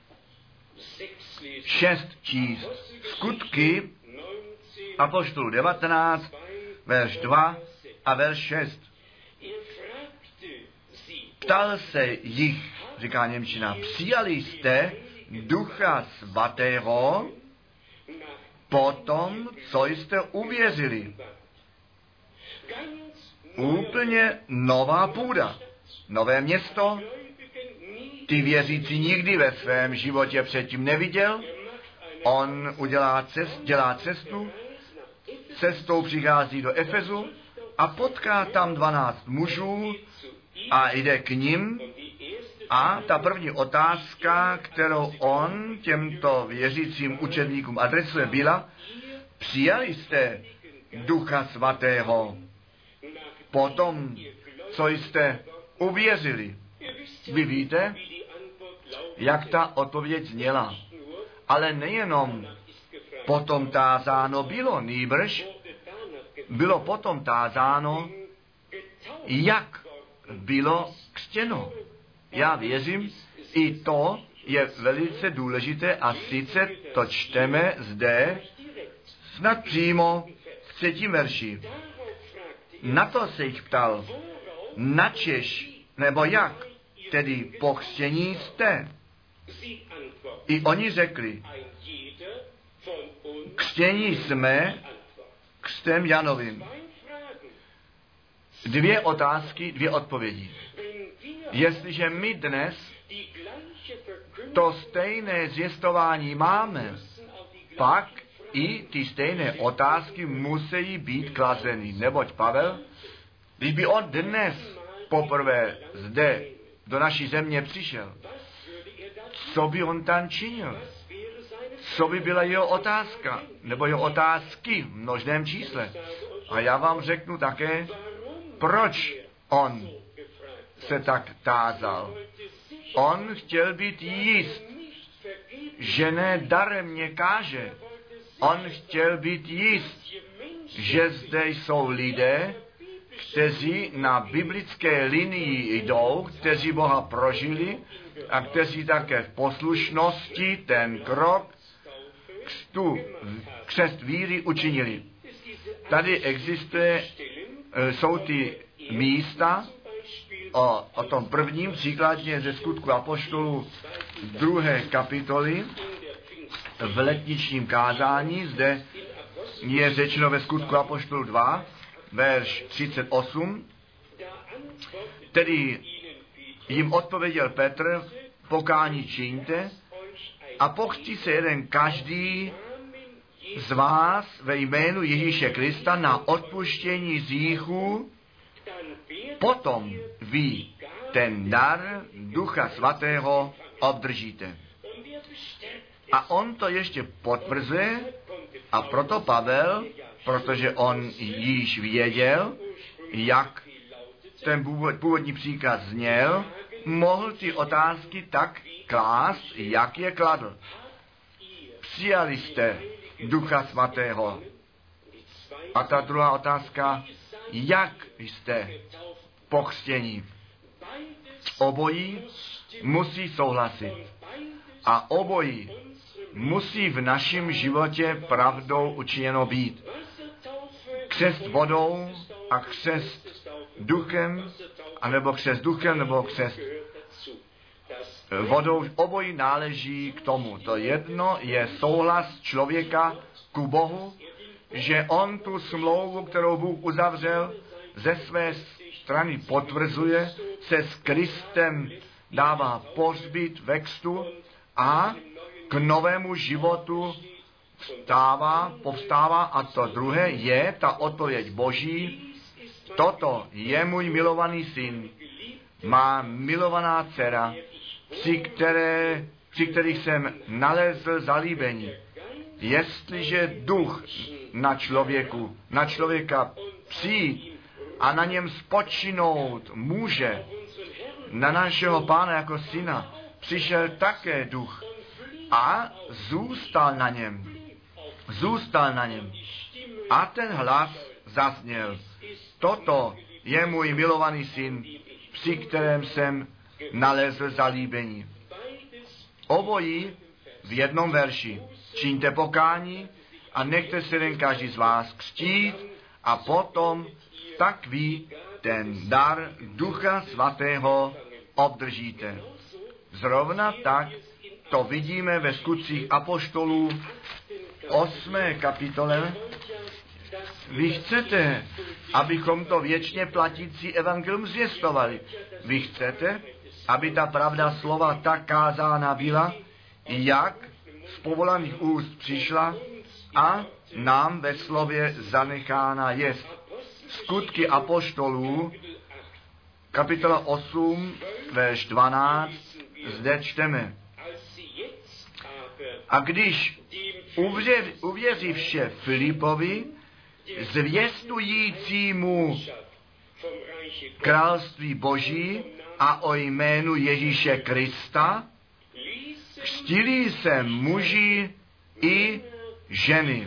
šest číst. Skutky apoštolů devatenáct, verš dva a verš šest. Ptal se jich, říká němčina, přijali jste Ducha Svatého potom, co jste uvěřili. Úplně nová půda, nové město. Ty věřící nikdy ve svém životě předtím neviděl. On udělá cest, dělá cestu, cestou přichází do Efezu a potká tam dvanáct mužů a jde k nim. A ta první otázka, kterou on těmto věřícím učedníkům adresuje, byla: přijali jste Ducha Svatého potom, co jste uvěřili? Vy víte, jak ta odpověď zněla. Ale nejenom potom tázáno bylo, nýbrž bylo potom tázáno, jak bylo křtěno. Já věřím, i to je velice důležité a sice to čteme zde snad přímo v třetím verši. Na to se jich ptal, načež nebo jak, tedy po křtění jste. I oni řekli, křtění jsme křtem Janovým. Dvě otázky, dvě odpovědi. Jestliže my dnes to stejné zvěstování máme, pak i ty stejné otázky musí být klazeny. Neboť Pavel, když by on dnes poprvé zde do naší země přišel, co by on tam činil? Co by byla jeho otázka? Nebo jeho otázky v množném čísle? A já vám řeknu také, proč on se tak tázal. On chtěl být jist, že ne daremně káže. On chtěl být jist, že zde jsou lidé, kteří na biblické linii jdou, kteří Boha prožili a kteří také v poslušnosti ten krok tu křest víry učinili. Tady existuje, jsou ty místa o, o tom prvním příkladně ze Skutku apoštolů druhé kapitoly v letničním kázání. Zde je řečeno ve Skutku apoštolů dva, verš třicet osm, tedy jim odpověděl Petr, pokání čiňte a pochstí se jeden každý z vás ve jménu Ježíše Krista na odpuštění z hříchů, potom vy ten dar Ducha Svatého obdržíte. A on to ještě potvrzuje a proto Pavel, protože on již věděl, jak ten původní příkaz zněl, mohl ty otázky tak klást, jak je kladl. Přijali jste Ducha Svatého. A ta druhá otázka, jak jste pokřtění. Obojí musí souhlasit. A obojí musí v našem životě pravdou učiněno být. Křest vodou a křest duchem, anebo křest duchem, nebo křest vodou, obojí náleží k tomu. To jedno je souhlas člověka ku Bohu, že on tu smlouvu, kterou Bůh uzavřel, ze své strany potvrzuje, se s Kristem dává pohřbít ve křtu a k novému životu vstává, povstává, a to druhé je ta odpověď Boží. Toto je můj milovaný syn, má milovaná dcera, při, které, při kterých jsem nalezl zalíbení. Jestliže duch na člověku, na člověka přijít a na něm spočinout může, na našeho Pána jako syna přišel také duch a zůstal na něm. Zůstal na něm. A ten hlas zazněl. Toto je můj milovaný syn, při kterém jsem nalezl zalíbení. Obojí v jednom verši. Čiňte pokání a nechte se jeden každý z vás křtít a potom tak vy ten dar Ducha Svatého obdržíte. Zrovna tak to vidíme ve Skutcích apoštolů osmé kapitole. Vy chcete, abychom to věčně platící evangelium zvěstovali. Vy chcete, aby ta pravda slova tak kázána byla, jak z povolaných úst přišla a nám ve slově zanechána jest. Skutky apoštolů, kapitola osm, verš dvanáct, zde čteme. A když uvěří vše Filipovi, zvěstujícímu království Boží a o jménu Ježíše Krista, křtili se muži i ženy.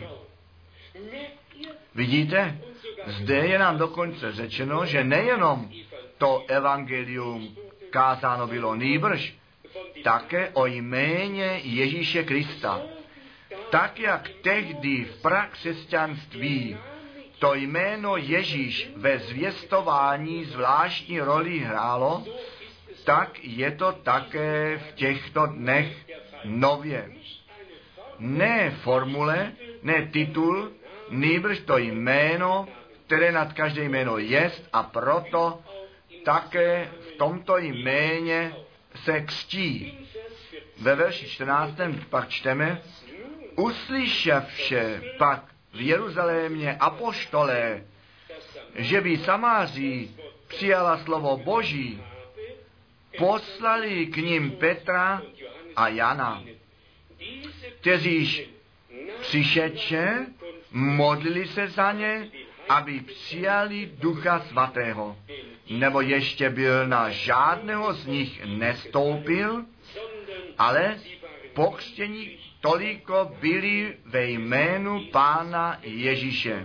Vidíte, zde je nám dokonce řečeno, že nejenom to evangelium kázáno bylo, nýbrž také o jméně Ježíše Krista. Tak, jak tehdy v prakřesťanství to jméno Ježíš ve zvěstování zvláštní roli hrálo, tak je to také v těchto dnech nově. Ne formule, ne titul, nýbrž to jméno, které nad každé jméno jest, a proto také v tomto jméně se křtí. Ve verši čtrnáctém pak čteme: uslyševše pak v Jeruzalémě apoštolé, že by Samáří přijala slovo Boží, poslali k nim Petra a Jana, kteříž přišedše modlili se za ně, aby přijali Ducha Svatého, nebo ještě byl na žádného z nich nestoupil, ale pokřtění toliko byli ve jménu Pána Ježíše.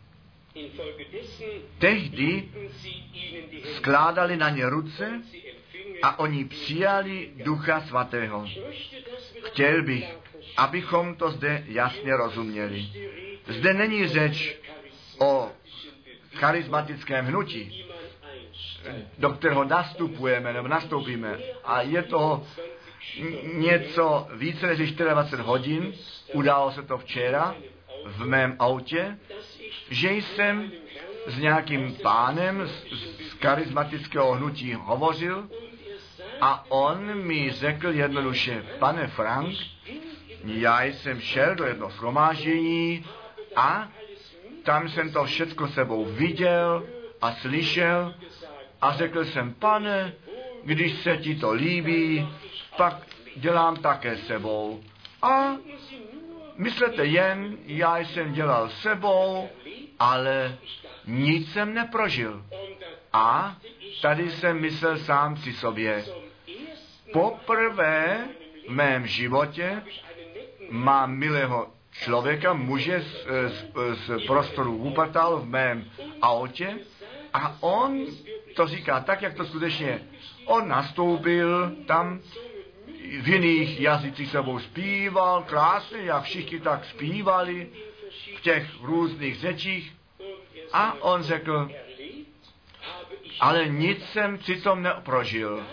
Tehdy skládali na ně ruce a oni přijali Ducha Svatého. Chtěl bych, abychom to zde jasně rozuměli. Zde není řeč o charismatickém hnutí, do kterého nastupujeme nebo nastoupíme. A je to něco více než dvacet čtyři hodin, událo se to včera v mém autě, že jsem s nějakým pánem z, z charismatického hnutí hovořil a on mi řekl jednoduše: pane Frank, já jsem šel do jednoho shromáždění a tam jsem to všecko sebou viděl a slyšel a řekl jsem: pane, když se ti to líbí, pak dělám také sebou. A myslete jen, já jsem dělal sebou, ale nic jsem neprožil. A tady jsem myslel sám si sobě: poprvé v mém životě mám milého člověka, muže z, z, z prostoru Wuppertalu v mém autě, a on to říká tak, jak to skutečně je. On nastoupil tam, v jiných jazycích sebou zpíval, krásně, jak všichni tak zpívali, v těch různých řečích. A on řekl: ale nic jsem přitom neprožil.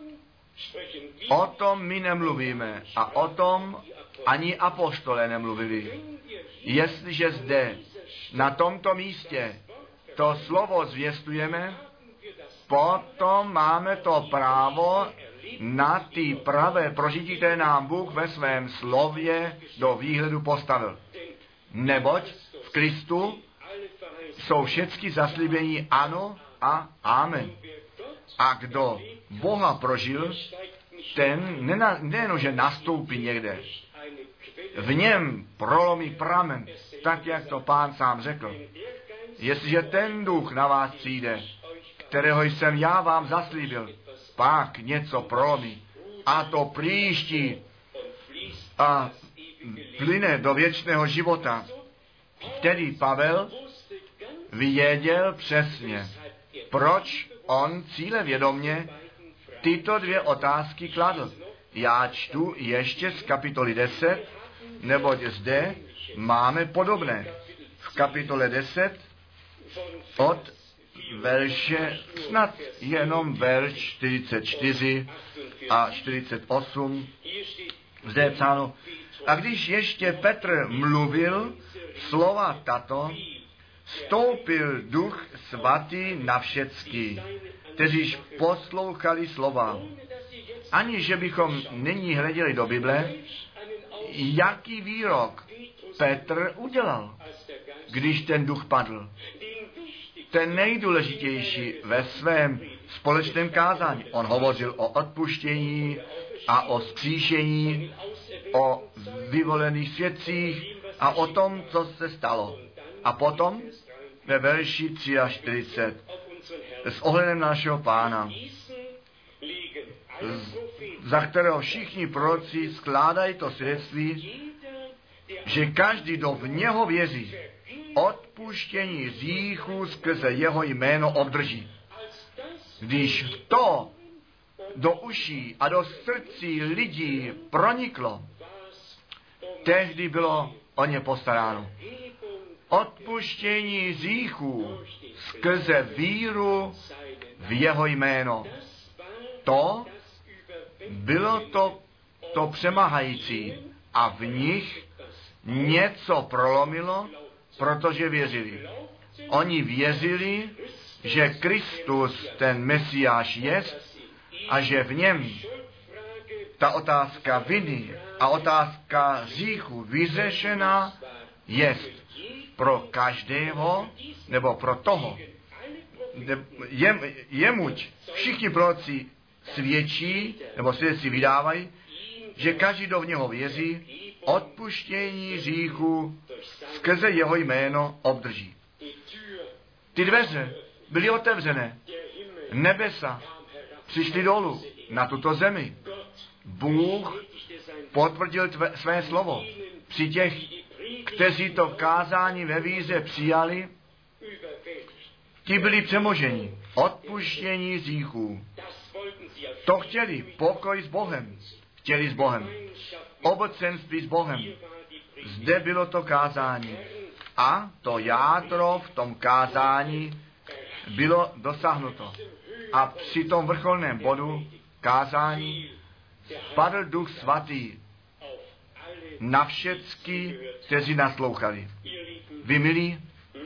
O tom my nemluvíme a o tom ani apoštole nemluvili. Jestliže zde, na tomto místě, to slovo zvěstujeme, potom máme to právo na ty pravé prožití, které nám Bůh ve svém slově do výhledu postavil. Neboť v Kristu jsou všechny zaslíbení ano a amen. A kdo Boha prožil, ten nejenom, že nastoupí někde, v něm prolomí pramen, tak jak to Pán sám řekl. Jestliže ten duch na vás přijde, kterého jsem já vám zaslíbil, pak něco prolomí a to přijíždí a plyne do věčného života. Tedy Pavel věděl přesně, proč on cílevědomě tyto dvě otázky kladl. Já čtu ještě z kapitoly deset, neboť zde máme podobné. V kapitole deset od verše, snad jenom verš čtyřicet čtyři a čtyřicet osm, zde je psáno: a když ještě Petr mluvil slova tato, stoupil Duch Svatý na všecky, kteříž poslouchali slova. Ani že bychom nyní hleděli do Bible, jaký výrok Petr udělal, když ten duch padl. Ten nejdůležitější ve svém společném kázání. On hovořil o odpuštění a o vzkříšení, o vyvolených svědcích a o tom, co se stalo. A potom ve verši čtyřicet tři s ohledem na našeho Pána, za kterého všichni proroci skládají to svědectví, že každý, kdo v něho věří, odpuštění hříchů skrze jeho jméno obdrží. Když to do uší a do srdcí lidí proniklo, tehdy bylo o ně postaráno. Odpuštění hříchů skrze víru v jeho jméno. To bylo to, to přemahající a v nich něco prolomilo, protože věřili. Oni věřili, že Kristus, ten Mesiáš, jest a že v něm ta otázka viny a otázka hříchu vyřešená jest pro každého, nebo pro toho, jem, jemuť všichni proroci svědčí, nebo svědci vydávají, že každý, kdo v něho věří, odpuštění hříchu skrze jeho jméno obdrží. Ty dveře byly otevřené. Nebesa přišly dolů na tuto zemi. Bůh potvrdil tve, své slovo. Při těch, kteří to kázání ve víře přijali, ti byli přemoženi. Odpuštění hříchů. To chtěli, pokoj s Bohem. Chtěli s Bohem. Obecenství s Bohem. Zde bylo to kázání. A to jádro v tom kázání bylo dosáhnuto. A při tom vrcholném bodu kázání padl Duch Svatý na všecky, kteří naslouchali. Vy milí,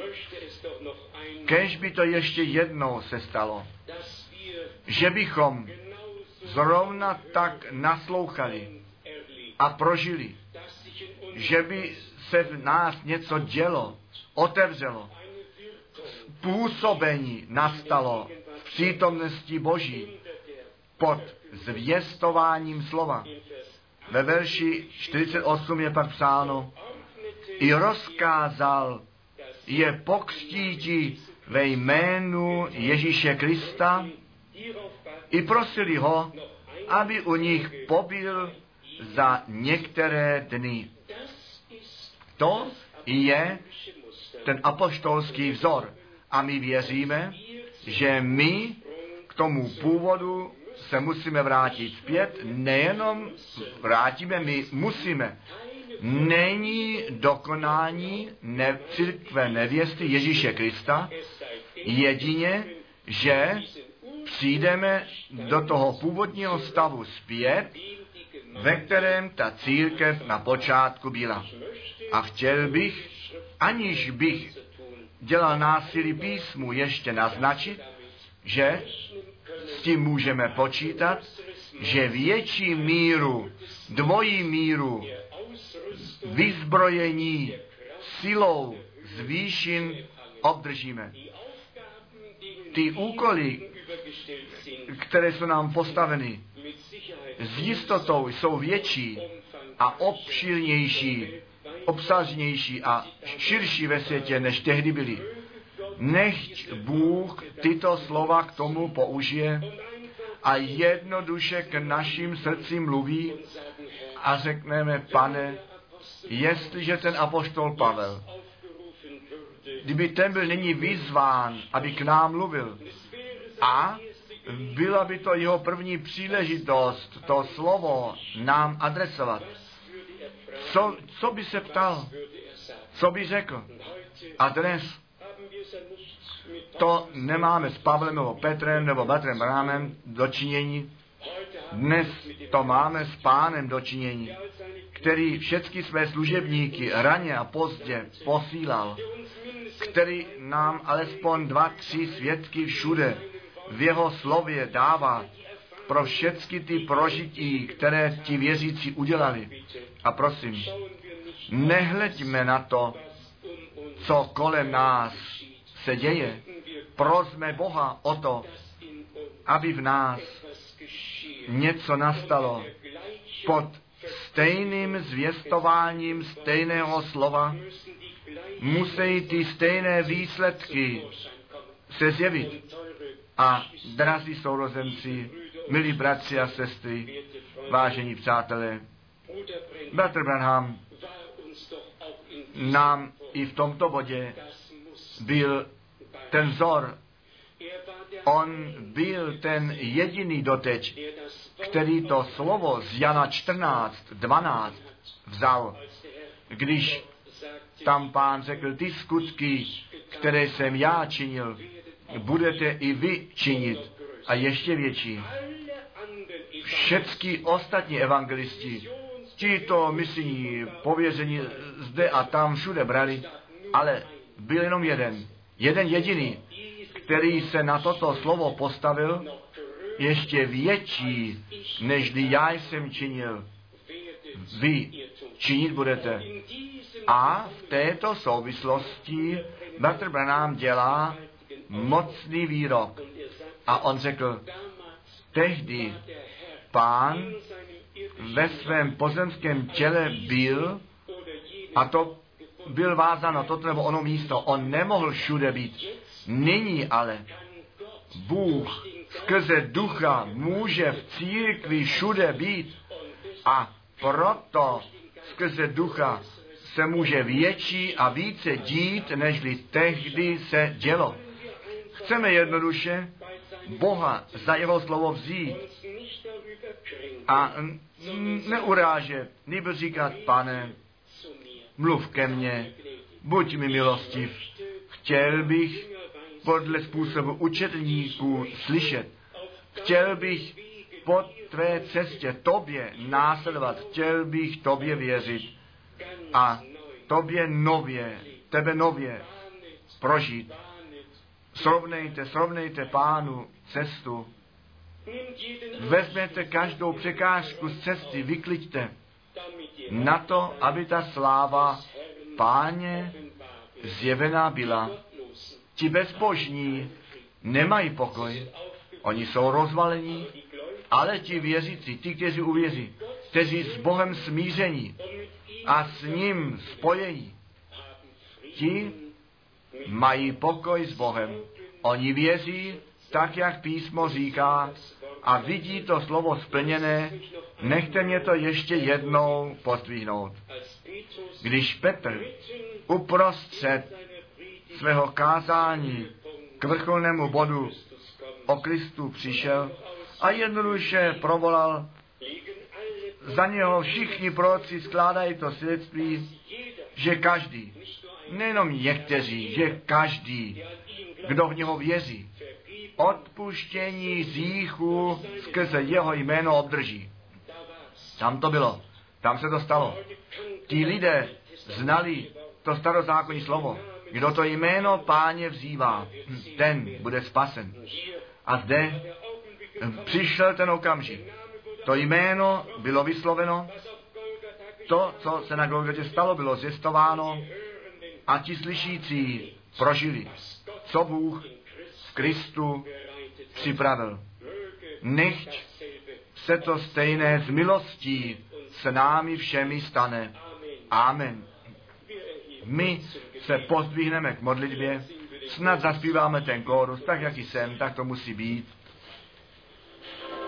kéž by to ještě jednou se stalo, že bychom zrovna tak naslouchali a prožili, že by se v nás něco dělo, otevřelo, působení nastalo v přítomnosti Boží pod zvěstováním slova. Ve verši čtyřicet osm je pak psáno: i rozkázal je pokřtíti ve jménu Ježíše Krista, i prosili ho, aby u nich pobyl za některé dny. To je ten apoštolský vzor. A my věříme, že my k tomu původu se musíme vrátit zpět. Nejenom vrátíme, my musíme. Není dokonání ne, církve nevěsty Ježíše Krista, jedině, že přijdeme do toho původního stavu zpět, ve kterém ta církev na počátku byla. A chtěl bych, aniž bych dělal násilí písmu, ještě naznačit, že s tím můžeme počítat, že větší míru, dvojí míru vyzbrojení silou z výšin obdržíme. Ty úkoly, které jsou nám postaveny, s jistotou jsou větší a obšírnější, obsažnější a širší ve světě, než tehdy byly. Nechť Bůh tyto slova k tomu použije a jednoduše k našim srdcím mluví a řekneme, Pane, jestliže ten apoštol Pavel, kdyby ten byl nyní vyzván, aby k nám mluvil, a byla by to jeho první příležitost, to slovo nám adresovat. Co, co by se ptal? Co by řekl? A dnes to nemáme s Pavlem nebo Petrem nebo Batrem Brámem dočinění. Dnes to máme s Pánem dočinění, který všechny své služebníky raně a pozdě posílal, který nám alespoň dva, tři svědky všude v jeho slově dává pro všechny ty prožití, které ti věřící udělali. A prosím, nehleďme na to, co kolem nás se děje. Prosme Boha o to, aby v nás něco nastalo pod stejným zvěstováním stejného slova. Musí ty stejné výsledky se zjevit. A drazí sourozenci, milí bratři a sestry, vážení přátelé, bratr Branham nám i v tomto bodě byl ten vzor. On byl ten jediný doteď, který to slovo z Jana čtrnáct dvanáct vzal, když tam Pán řekl, ty skutky, které jsem já činil, budete i vy činit a ještě větší. Všetky ostatní evangelisti, ti to misijní pověření zde a tam všude brali, ale byl jenom jeden, jeden jediný, který se na toto slovo postavil, ještě větší, než já jsem činil. Vy činit budete. A v této souvislosti bratr Branham dělá mocný výrok. A on řekl, tehdy Pán ve svém pozemském těle byl, a to byl vázán na toto nebo ono místo. On nemohl všude být. Nyní ale Bůh skrze ducha může v církvi všude být a proto skrze ducha se může větší a více dít, nežli tehdy se dělo. Chceme jednoduše Boha za jeho slovo vzít a neurážet, nebo říkat, Pane, mluv ke mně, buď mi milostiv. Chtěl bych podle způsobu učedníků slyšet. Chtěl bych po tvé cestě tobě následovat. Chtěl bych tobě věřit a tobě nově, tebe nově prožít. Srovnejte, srovnejte Pánu cestu. Vezměte každou překážku z cesty, vykliďte na to, aby ta sláva Páně zjevená byla. Ti bezbožní nemají pokoj, oni jsou rozvalení, ale ti věřící, ti, kteří uvěří, kteří s Bohem smíření a s ním spojení, ti mají pokoj s Bohem. Oni věří, tak jak písmo říká, a vidí to slovo splněné. Nechte mě to ještě jednou pozdvihnout. Když Petr uprostřed svého kázání k vrcholnému bodu o Kristu přišel a jednoduše provolal, za něho všichni proroci skládají to svědectví, že každý, nejenom někteří, že každý, kdo v něho věří, odpuštění hříchů skrze jeho jméno obdrží. Tam to bylo, tam se to stalo. Ti lidé znali to starozákonní slovo. Kdo to jméno Páně vzývá, ten bude spasen. A zde přišel ten okamžik. To jméno bylo vysloveno, to, co se na Golgotě stalo, bylo zjistováno a ti slyšící prožili, co Bůh v Kristu připravil. Nechť se to stejné z milostí s námi všemi stane. Amen. My se pozdvihneme k modlitbě, snad zaspíváme ten kórus, tak jak jsem, tak to musí být.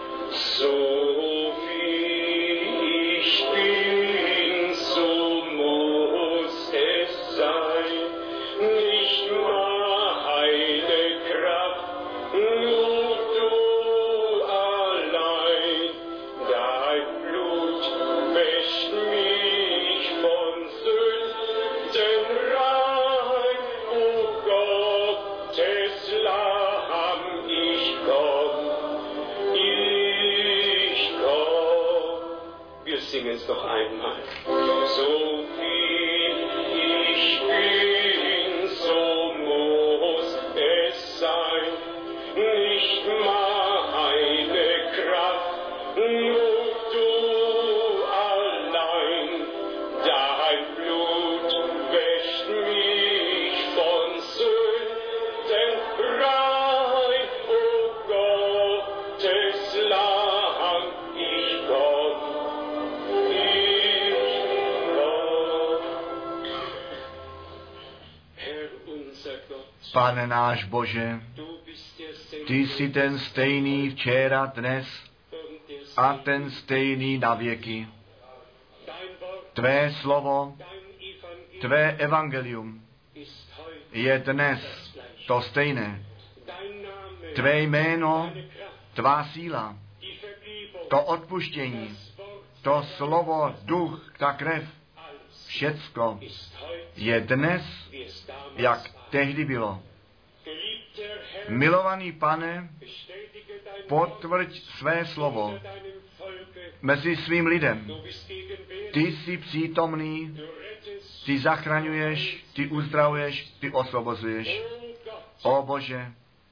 Pane náš Bože, ty jsi ten stejný včera, dnes a ten stejný na věky. Tvé slovo, tvé evangelium je dnes to stejné. Tvé jméno, tvá síla, to odpuštění, to slovo, duch, ta krev, všecko je dnes, jak tehdy bylo. Milovaný Pane, potvrď své slovo mezi svým lidem. Ty jsi přítomný, ty zachraňuješ, ty uzdravuješ, ty osvobozuješ. O Bože,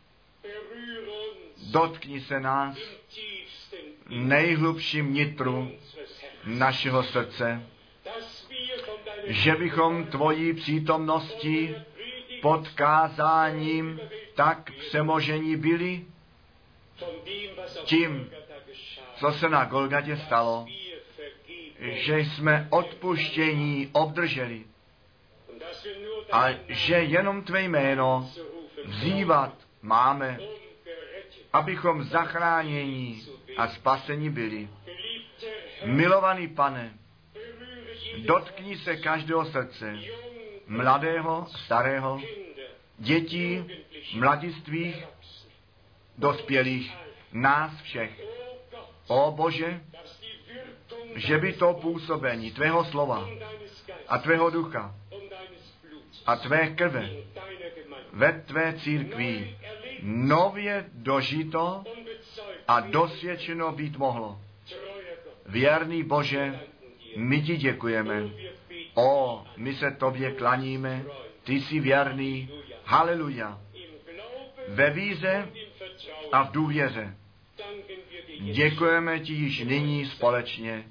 dotkni se nás v nejhlubším nitru našeho srdce, že bychom tvojí přítomností pod kázáním tak přemožení byli tím, co se na Golgatě stalo, že jsme odpuštění obdrželi a že jenom tvé jméno vzývat máme, abychom zachráněni a spaseni byli. Milovaný Pane, dotkni se každého srdce, mladého, starého, dětí, mladistvých, dospělých, nás všech. O Bože, že by to působení tvého slova a tvého ducha a tvé krve ve tvé církvi nově dožito a dosvědčeno být mohlo. Věrný Bože, my ti děkujeme. O, my se tobě klaníme, ty jsi věrný. Haleluja. Ve víře a v důvěře. Děkujeme ti již nyní společně,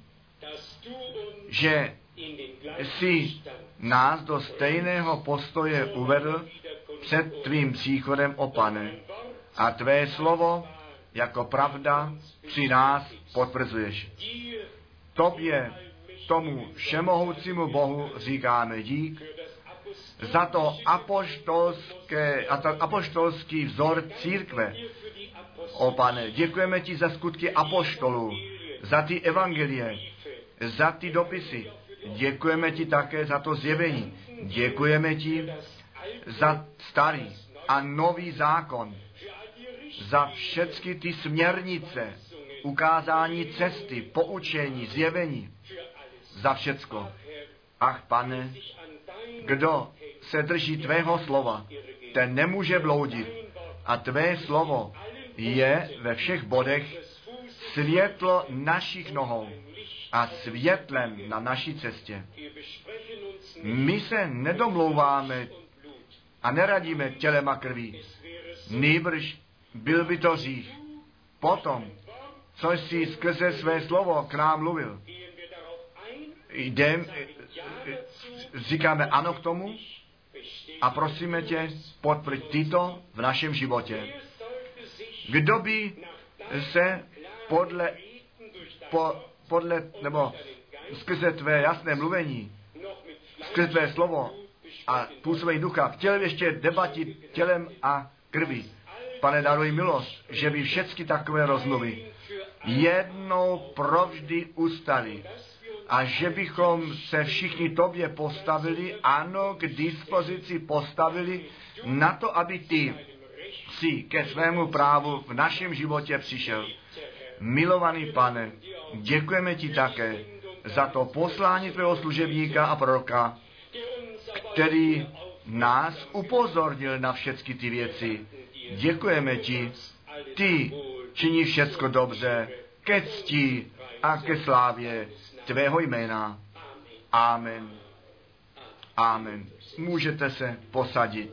že jsi nás do stejného postoje uvedl před tvým příchodem, o Pane, a tvé slovo jako pravda při nás potvrzuješ. Tobě, tomu všemohoucímu Bohu, říkáme dík za to apoštolské, a to apoštolský vzor církve. O Pane, děkujeme ti za skutky apoštolů, za ty evangelie, za ty dopisy. Děkujeme ti také za to zjevení. Děkujeme ti za starý a nový zákon, za všechny ty směrnice, ukázání cesty, poučení, zjevení, za všecko. Ach, Pane, kdo se drží tvého slova, ten nemůže bloudit. A tvé slovo je ve všech bodech světlo našich nohou a světlem na naší cestě. My se nedomlouváme a neradíme tělem a krví. Nýbrž byl by to hřích. Potom, co jsi skrze své slovo k nám mluvil, jdem, říkáme ano k tomu a prosíme tě, potvrď tyto v našem životě. Kdo by se podle, po, podle nebo skrze tvé jasné mluvení, skrze tvé slovo a působení ducha chtěl ještě debatit tělem a krví. Pane, daruj milost, že by všechny takové rozmluvy jednou provždy ustali. A že bychom se všichni tobě postavili, ano, k dispozici postavili, na to, aby ty si ke svému právu v našem životě přišel. Milovaný Pane, děkujeme ti také za to poslání tvého služebníka a proroka, který nás upozornil na všechny ty věci. Děkujeme ti, ty činí všecko dobře, ke cti a ke slávě tvého jména. Amen. Amen. Můžete se posadit.